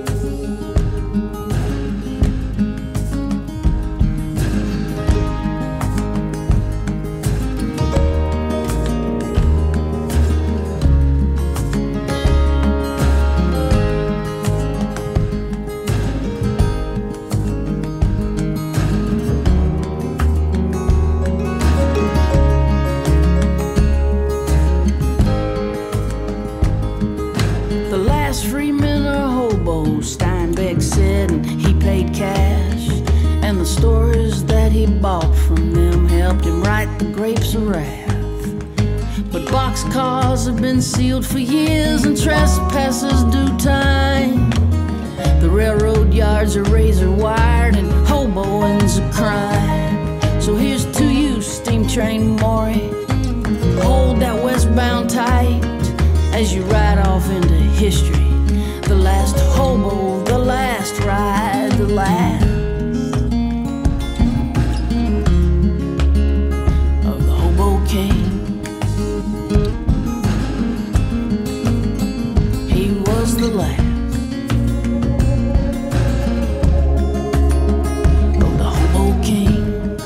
Steinbeck said, and he paid cash, and the stories that he bought from them helped him write The Grapes of Wrath. But boxcars have been sealed for years and trespassers do time. The railroad yards are razor wired and hoboing's a crime. So here's to you, steam train Maury, hold that westbound tight as you ride off into history. The last hobo, the last ride, the last of the hobo king. He was the last of the hobo king.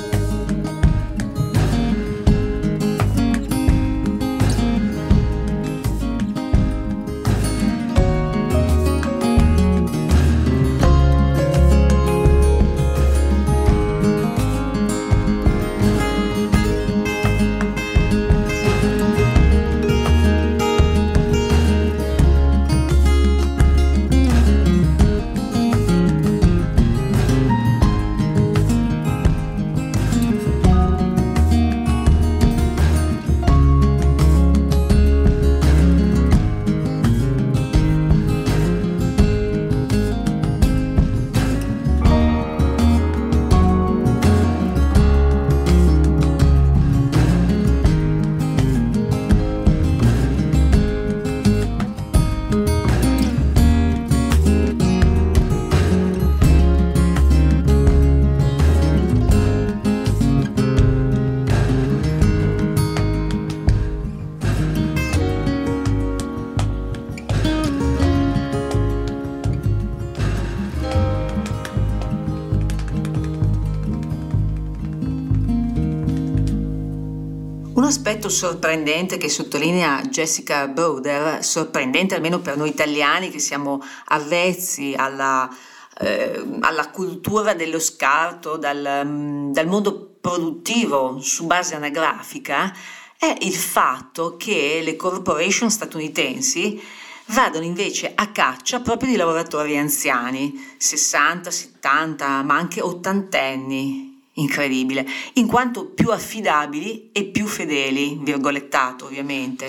Un aspetto sorprendente che sottolinea Jessica Broder, sorprendente almeno per noi italiani che siamo avvezzi alla, eh, alla cultura dello scarto dal, dal mondo produttivo su base anagrafica, è il fatto che le corporation statunitensi vadano invece a caccia proprio di lavoratori anziani, sessanta, settanta, ma anche ottantenni. Incredibile, in quanto più affidabili e più fedeli, virgolettato ovviamente.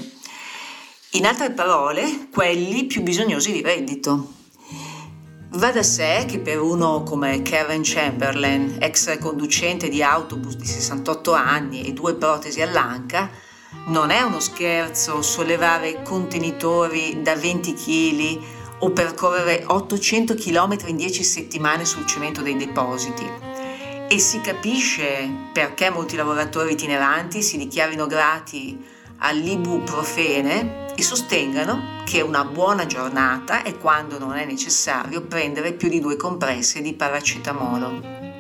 In altre parole, quelli più bisognosi di reddito. Va da sé che per uno come Karen Chamberlain, ex conducente di autobus di sessantotto anni e due protesi all'anca, non è uno scherzo sollevare contenitori da venti chili o percorrere ottocento chilometri in dieci settimane sul cemento dei depositi. E si capisce perché molti lavoratori itineranti si dichiarino grati all'ibuprofene e sostengano che una buona giornata è quando non è necessario prendere più di due compresse di paracetamolo.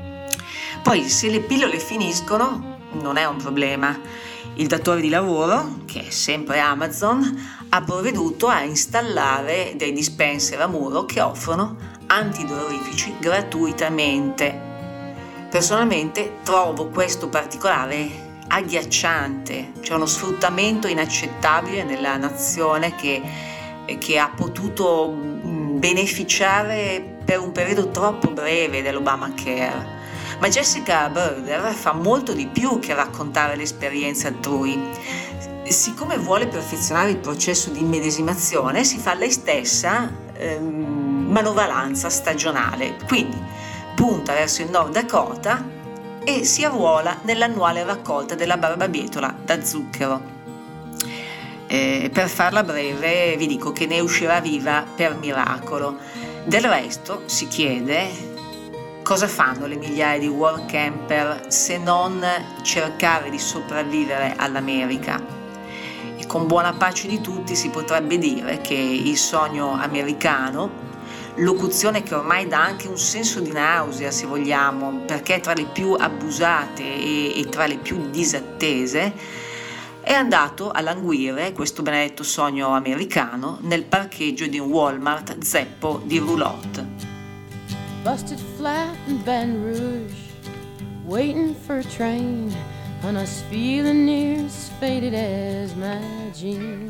Poi se le pillole finiscono non è un problema. Il datore di lavoro, che è sempre Amazon, ha provveduto a installare dei dispenser a muro che offrono antidolorifici gratuitamente. Personalmente trovo questo particolare agghiacciante, c'è uno sfruttamento inaccettabile nella nazione che, che ha potuto beneficiare per un periodo troppo breve dell'Obamacare. Ma Jessica Bruder fa molto di più che raccontare l'esperienza altrui. Siccome vuole perfezionare il processo di immedesimazione, si fa lei stessa ehm, manovalanza stagionale, quindi punta verso il Nord Dakota e si arruola nell'annuale raccolta della barbabietola da zucchero. Eh, per farla breve vi dico che ne uscirà viva per miracolo. Del resto si chiede cosa fanno le migliaia di war camper se non cercare di sopravvivere all'America. E con buona pace di tutti si potrebbe dire che il sogno americano, locuzione che ormai dà anche un senso di nausea se vogliamo, perché è tra le più abusate e, e tra le più disattese, è andato a languire, questo benedetto sogno americano, nel parcheggio di un Walmart zeppo di roulotte. Busted flat in Baton Rouge, waiting for a train, on us feeling near as faded as my jeans.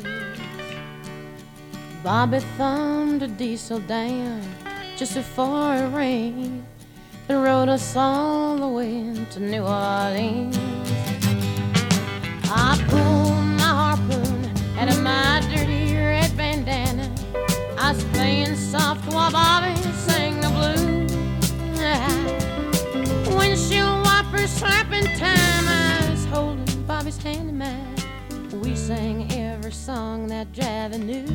Bobby thumbed a diesel down just before it rained and rode us all the way to New Orleans. I pulled my harpoon out of my dirty red bandana. I was playing soft while Bobby sang the blues. Windshield wipers slapping time, I was holding Bobby's hand in mine. We sang every song that Javi knew.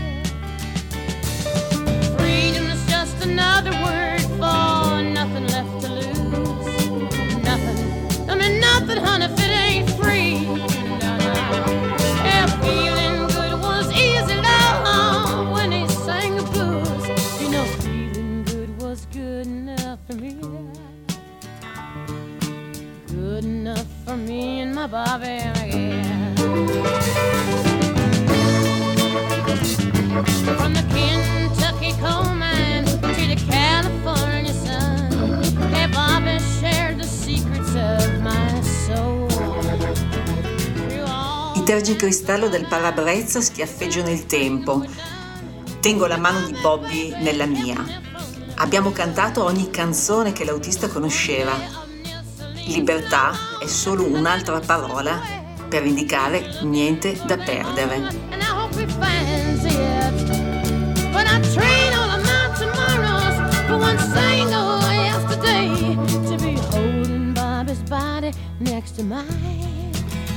Freedom is just another word for nothing left to lose. Nothing, I mean nothing, honey, if it ain't free. No, no. Yeah, feeling good was easy, love, when he sang the blues. You know, feeling good was good enough for me. Good enough for me and my Bobby, yeah. From the Kentucky coal mine to the California sun, hey, Bobby shared the secrets of my soul. I tergicristallo del parabrezza schiaffeggiano il tempo. Tengo la mano di Bobby nella mia. Abbiamo cantato ogni canzone che l'autista conosceva. Libertà è solo un'altra parola per indicare niente da perdere. But I train all of my tomorrows for one single yesterday, to be holding Bobby's body next to mine.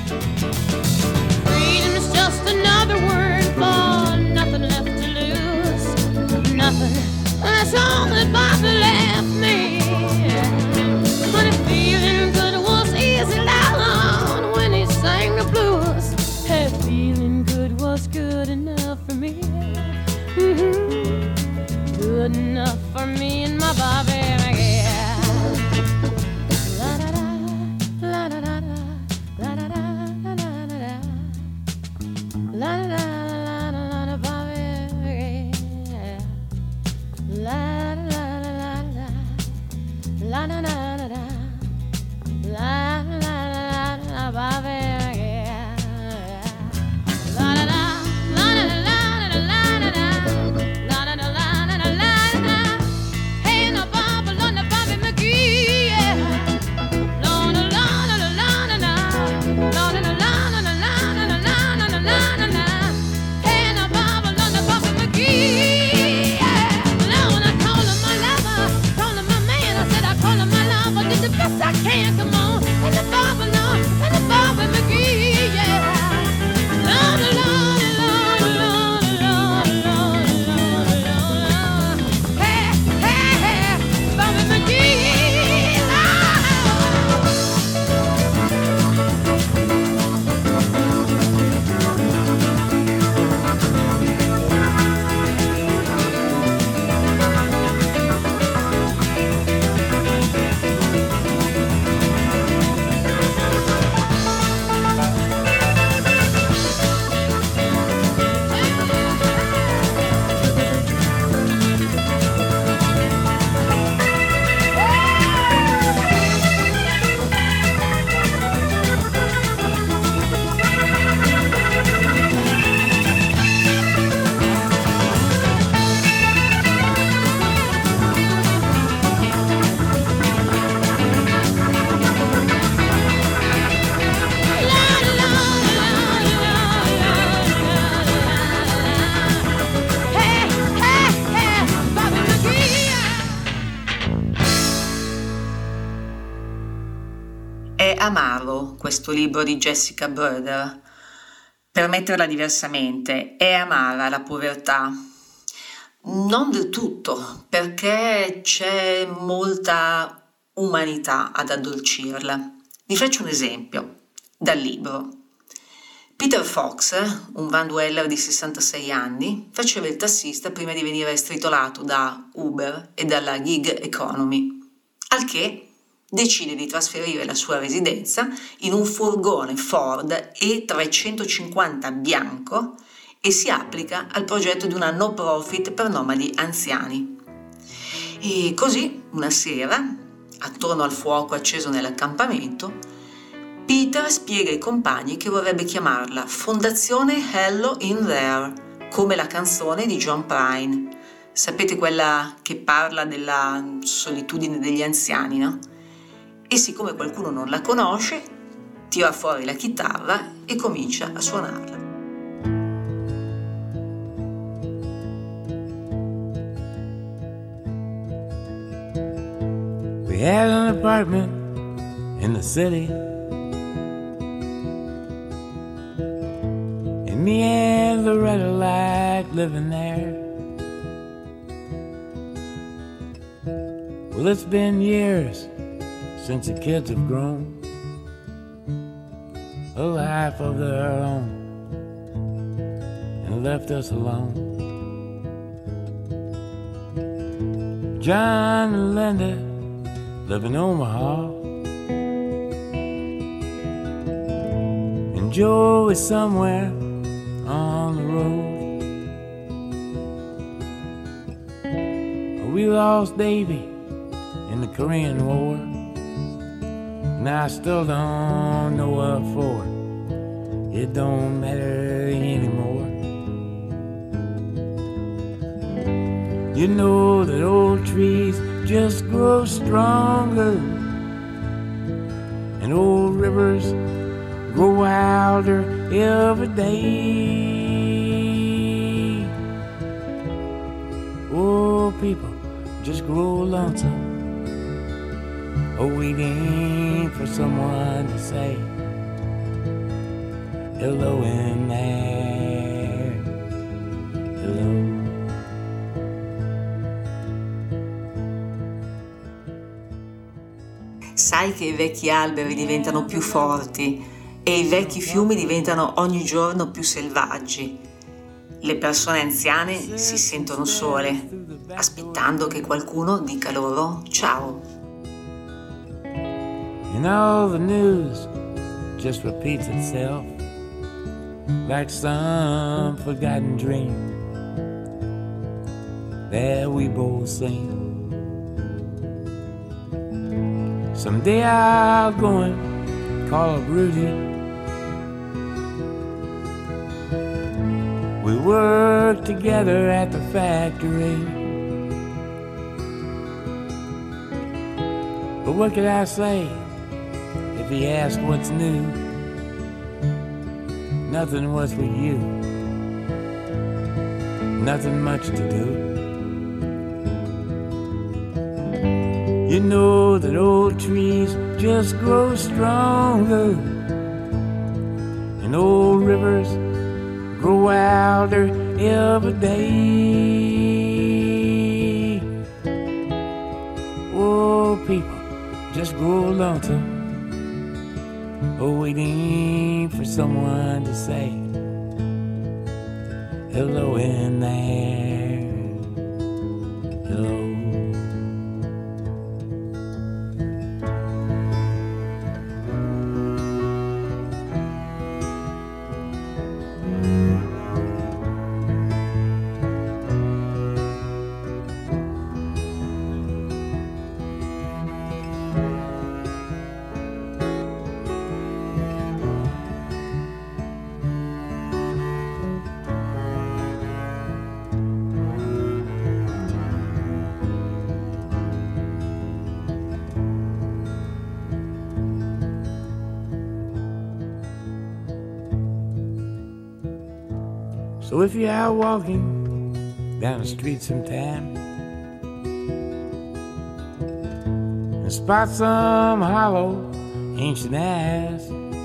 Freedom is just another word for nothing left to lose. Nothing, that's all that Bobby left me. But if feeling good was easy loud when he sang the blues, hey, feeling good was good enough for me. Mm-hmm. Good enough for me and my Bobby, yeah. La da da, la da da da, la da da, la da da da, la da da, la da la da, Bobby, yeah. La da la da la da, la da da da da, la da la da da, Bobby. Ain't nobody questo libro di Jessica Bruder. Per metterla diversamente, è amara la povertà? Non del tutto, perché c'è molta umanità ad addolcirla. Vi faccio un esempio dal libro. Peter Fox, un Van Dweller di sessantasei anni, faceva il tassista prima di venire stritolato da Uber e dalla gig economy, al che decide di trasferire la sua residenza in un furgone Ford E trecentocinquanta bianco e si applica al progetto di una no profit per nomadi anziani. E così, una sera, attorno al fuoco acceso nell'accampamento, Peter spiega ai compagni che vorrebbe chiamarla Fondazione Hello in There, come la canzone di John Prine. Sapete, quella che parla della solitudine degli anziani, no? E siccome qualcuno non la conosce, tira fuori la chitarra e comincia a suonarla. We had an apartment in the city. Me and Loretta liked living there. Well, it's been years since the kids have grown a life of their own and left us alone. John and Linda live in Omaha, and Joe is somewhere on the road. We lost Davy in the Korean War, and I still don't know what for. It don't matter anymore. You know that old trees just grow stronger, and old rivers grow wilder every day. Oh, people just grow lonesome, oh, waiting for someone to say hello in there, hello. Sai che i vecchi alberi diventano più forti e i vecchi fiumi diventano ogni giorno più selvaggi. Le persone anziane si sentono sole, aspettando che qualcuno dica loro ciao. And all the news just repeats itself like some forgotten dream that we both seen. Someday I'll go and call up Rudy. We worked together at the factory. But what could I say if he asked what's new? Nothing was with you, nothing much to do. You know that old trees just grow stronger, and old rivers grow wilder every day. Oh, people just grow lonesome, oh, waiting for someone to say hello in there, hello. So if you're out walking down the street sometime and spot some hollow ancient ass,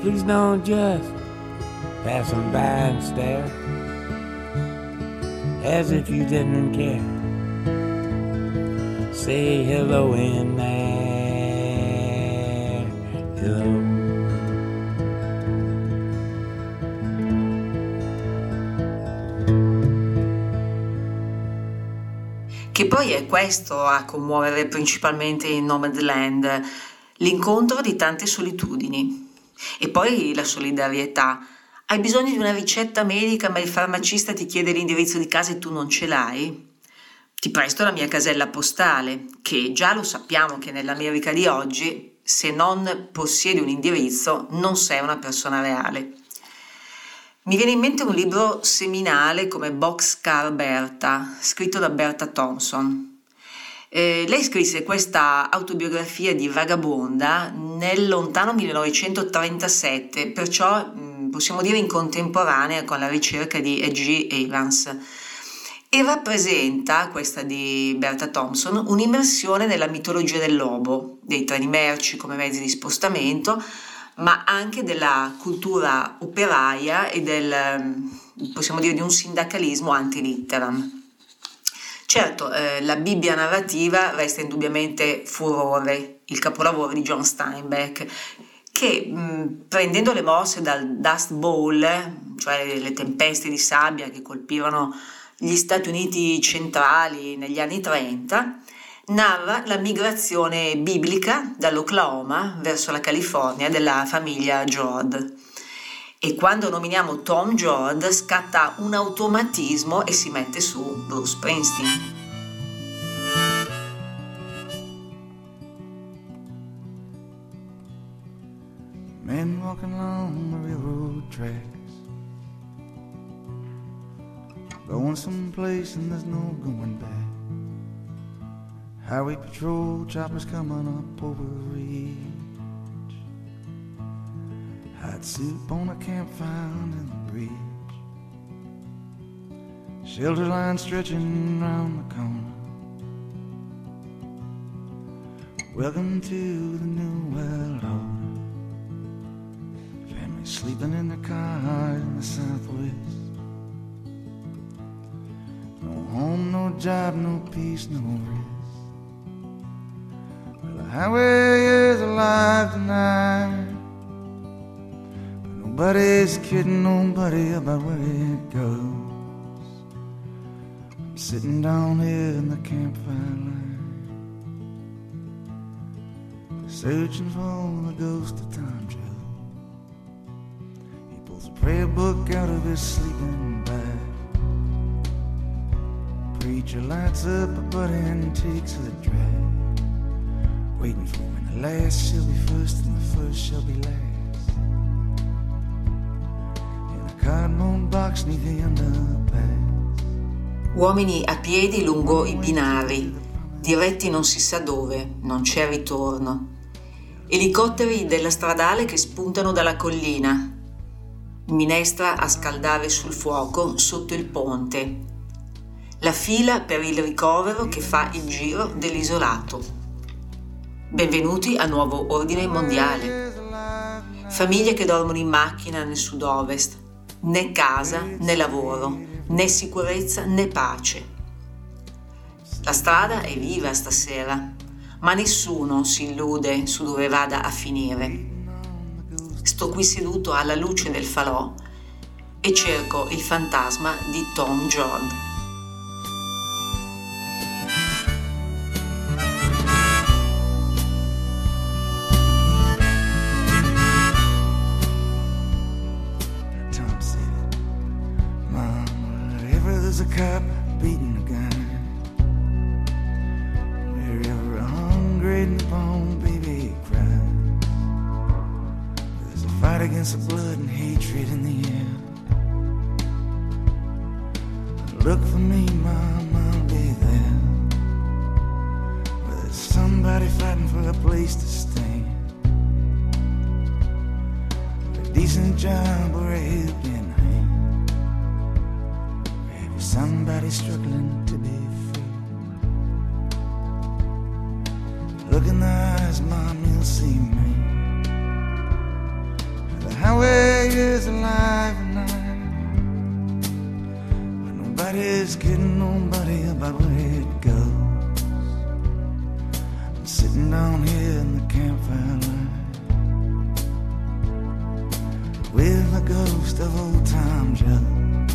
Please don't just pass them by and stare as if you didn't care. Say hello in there, hello. Che poi è questo a commuovere principalmente in Nomadland, l'incontro di tante solitudini. E poi la solidarietà. Hai bisogno di una ricetta medica ma il farmacista ti chiede l'indirizzo di casa e tu non ce l'hai? Ti presto la mia casella postale, che già lo sappiamo che nell'America di oggi, se non possiedi un indirizzo, non sei una persona reale. Mi viene in mente un libro seminale come Boxcar Bertha, scritto da Bertha Thompson. Eh, lei scrisse questa autobiografia di vagabonda nel lontano millenovecentotrentasette, perciò mh, possiamo dire in contemporanea con la ricerca di E G Evans, e rappresenta, questa di Bertha Thompson, un'immersione nella mitologia del lobo, dei treni merci come mezzi di spostamento, ma anche della cultura operaia e del, possiamo dire, di un sindacalismo anti-litteram. Certo, eh, la Bibbia narrativa resta indubbiamente Furore, il capolavoro di John Steinbeck, che mh, prendendo le mosse dal Dust Bowl, cioè le tempeste di sabbia che colpivano gli Stati Uniti centrali negli anni trenta, narra la migrazione biblica dall'Oklahoma verso la California della famiglia Joad. E quando nominiamo Tom Joad scatta un automatismo e si mette su Bruce Springsteen. Men walking along the railroad tracks, going someplace and there's no going back. Highway patrol choppers coming up over ridge. Hot soup on a campfire in the bridge. Shelter line stretching round the corner. Welcome to the new world order. Family sleeping in their car in the southwest. No home, no job, no peace, no rest. Well, the highway is alive tonight, but nobody's kidding nobody about where it goes. I'm sitting down here in the campfire line, searching for the ghost of Tom Joad. He pulls a prayer book out of his sleeping bag. Preacher lights up a butt and takes a drag, waiting for when the last shall be first and the first shall be last. In a cardboard box neath the underpass. Uomini a piedi lungo i binari, diretti non si sa dove, non c'è ritorno. Elicotteri della stradale che spuntano dalla collina. Minestra a scaldare sul fuoco sotto il ponte. La fila per il ricovero che fa il giro dell'isolato. Benvenuti a nuovo ordine mondiale. Famiglie che dormono in macchina nel sud-ovest. Né casa né lavoro, né sicurezza né pace. La strada è viva stasera, ma nessuno si illude su dove vada a finire. Sto qui seduto alla luce del falò e cerco il fantasma di Tom Joad. Tom said, Mom, wherever there's a cop beating a gun, wherever a hungry newborn baby cries, there's a fight against the blood and hatred in the air. Look for me, Mom, I'll be there. Where there's somebody fighting for a place to stand, a decent job or a helping hand, maybe somebody struggling to be free. Look in the eyes, Mom, you'll see me. The is alive tonight, but nobody's kidding nobody about where it goes. I'm sitting down here in the campfire light with a ghost of old time Joe.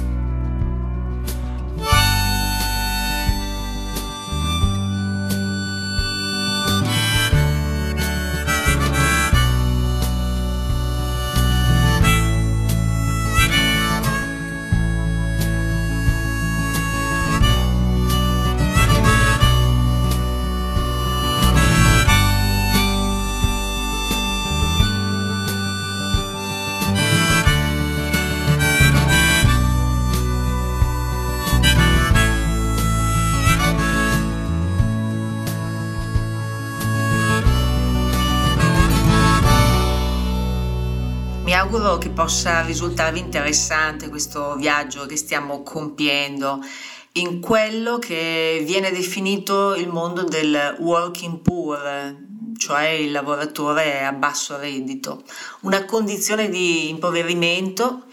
Mi auguro che possa risultarvi interessante questo viaggio che stiamo compiendo in quello che viene definito il mondo del working poor, cioè il lavoratore a basso reddito, una condizione di impoverimento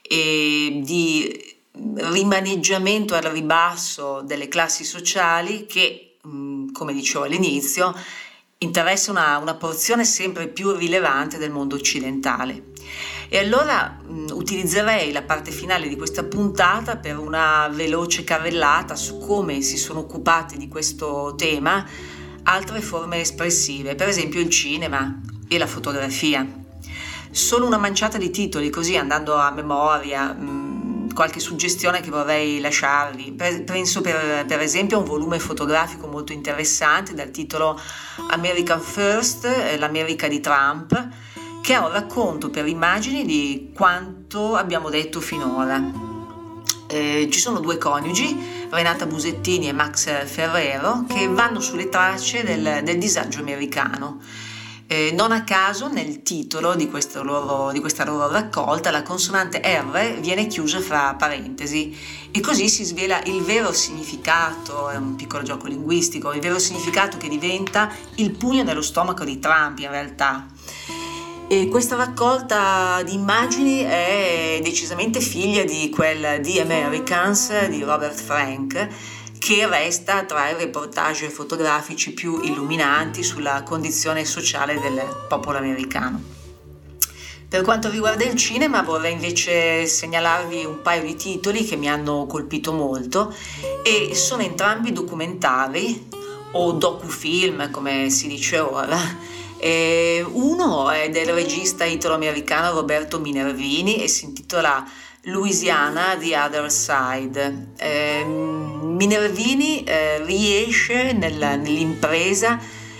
e di rimaneggiamento al ribasso delle classi sociali che, come dicevo all'inizio, interessa una, una porzione sempre più rilevante del mondo occidentale. E allora mh, utilizzerei la parte finale di questa puntata per una veloce carrellata su come si sono occupate di questo tema altre forme espressive, per esempio il cinema e la fotografia. Solo una manciata di titoli, così andando a memoria, mh, qualche suggestione che vorrei lasciarvi. Per, penso per, per esempio a un volume fotografico molto interessante dal titolo America First, l'America di Trump, che ha un racconto per immagini di quanto abbiamo detto finora. Eh, ci sono due coniugi, Renata Busettini e Max Ferrero, che vanno sulle tracce del, del disagio americano. Eh, non a caso nel titolo di, questo loro, di questa loro raccolta la consonante R viene chiusa fra parentesi e così si svela il vero significato, è un piccolo gioco linguistico, il vero significato che diventa il pugno nello stomaco di Trump in realtà. E questa raccolta di immagini è decisamente figlia di quel The Americans di Robert Frank, che resta tra i reportage fotografici più illuminanti sulla condizione sociale del popolo americano. Per quanto riguarda il cinema, vorrei invece segnalarvi un paio di titoli che mi hanno colpito molto e sono entrambi documentari o docufilm, come si dice ora. E uno è del regista italo-americano Roberto Minervini e si intitola Louisiana The Other Side. Eh, Minervini eh, riesce nella, nell'impresa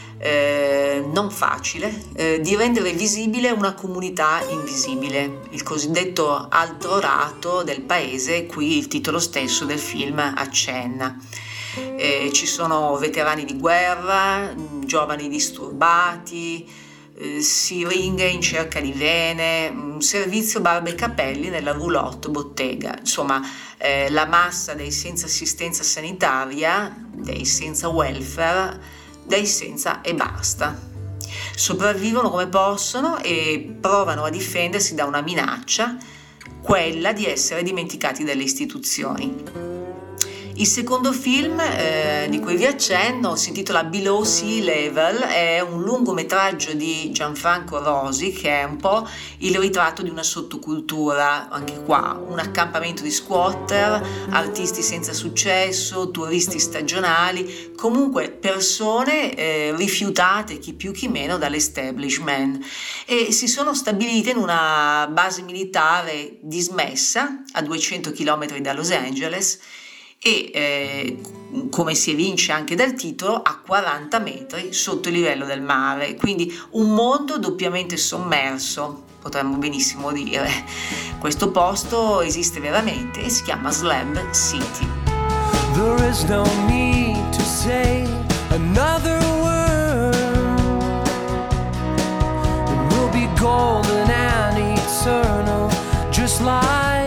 eh, non facile eh, di rendere visibile una comunità invisibile, il cosiddetto altrorato del paese, qui il titolo stesso del film accenna. Eh, ci sono veterani di guerra, giovani disturbati, eh, siringhe in cerca di vene, un servizio barba e capelli nella roulotte bottega, insomma eh, la massa dei senza assistenza sanitaria, dei senza welfare, dei senza e basta. Sopravvivono come possono e provano a difendersi da una minaccia, quella di essere dimenticati dalle istituzioni. Il secondo film eh, di cui vi accenno si intitola Below Sea Level, è un lungometraggio di Gianfranco Rosi che è un po' il ritratto di una sottocultura, anche qua un accampamento di squatter, artisti senza successo, turisti stagionali, comunque persone eh, rifiutate chi più chi meno dall'establishment e si sono stabilite in una base militare dismessa a duecento chilometri da Los Angeles e, eh, come si evince anche dal titolo, a quaranta metri sotto il livello del mare, quindi un mondo doppiamente sommerso, potremmo benissimo dire. Questo posto esiste veramente e si chiama Slab City. There is no need to say another word. It will be golden and eternal, just like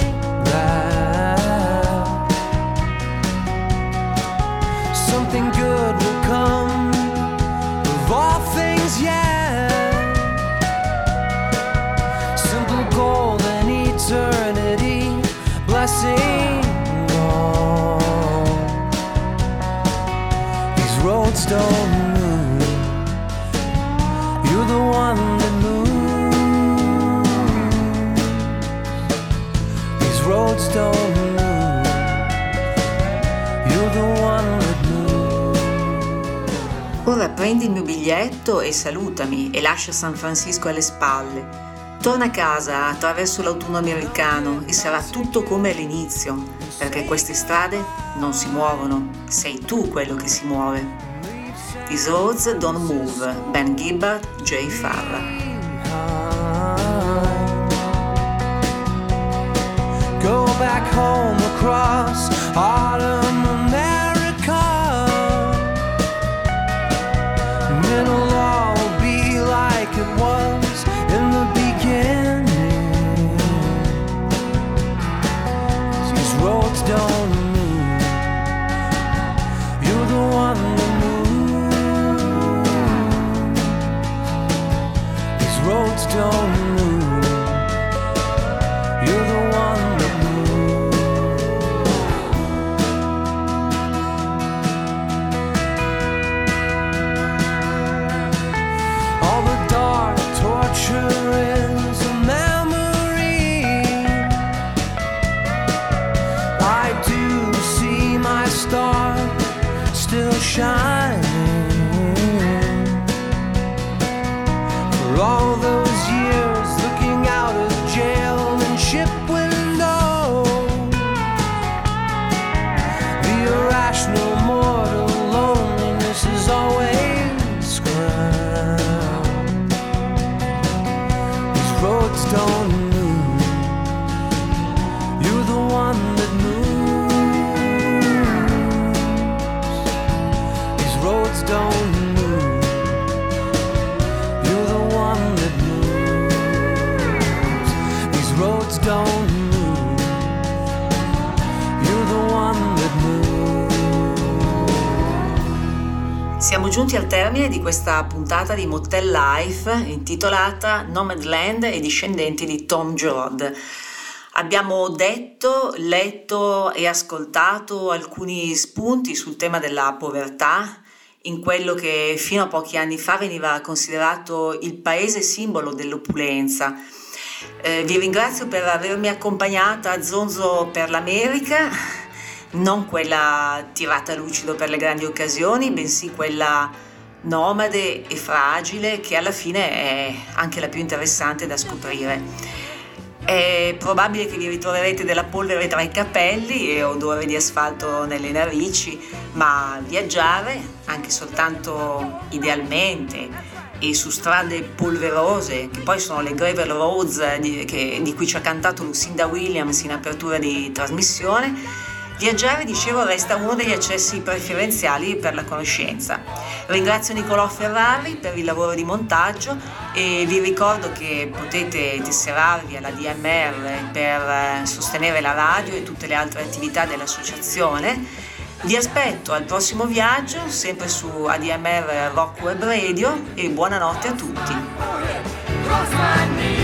something good will come of all things, yeah. Simple gold and sing along. These roads don't move, you're the one that moves. These roads don't move, you're the one that moves. Ora prendi il mio biglietto e salutami e lascia San Francisco alle spalle. Torna a casa attraverso l'autunno americano e sarà tutto come all'inizio, perché queste strade non si muovono, sei tu quello che si muove. These roads don't move, Ben Gibbard, Jay Farrar. Go back home across autumn America, and it'll all be like it was in the beginning. These roads don't move, you're the one that moves. These roads don't move, you're the one that moves. All the dark torture is a memory. I do see my star still shining. For all those years looking out of jail and ship window, the irrational mortal loneliness is always ground. These roads don't move, you're the one that moves. These roads don't move, you're the one that moves. These roads don't move, you're the one that moves. Siamo giunti al termine di questa puntata di Motel Life intitolata Nomadland e discendenti di Tom Joad. Abbiamo detto, letto e ascoltato alcuni spunti sul tema della povertà in quello che fino a pochi anni fa veniva considerato il paese simbolo dell'opulenza. Eh, vi ringrazio per avermi accompagnata a Zonzo per l'America, non quella tirata a lucido per le grandi occasioni, bensì quella nomade e fragile che alla fine è anche la più interessante da scoprire. È probabile che vi ritroverete della polvere tra i capelli e odore di asfalto nelle narici, ma viaggiare, anche soltanto idealmente, e su strade polverose, che poi sono le gravel roads di, che, di cui ci ha cantato Lucinda Williams in apertura di trasmissione, viaggiare, dicevo, resta uno degli accessi preferenziali per la conoscenza. Ringrazio Nicolò Ferrari per il lavoro di montaggio e vi ricordo che potete tesserarvi alla D M R per sostenere la radio e tutte le altre attività dell'associazione. Vi aspetto al prossimo viaggio, sempre su A D M R Rock Web Radio, e buonanotte a tutti.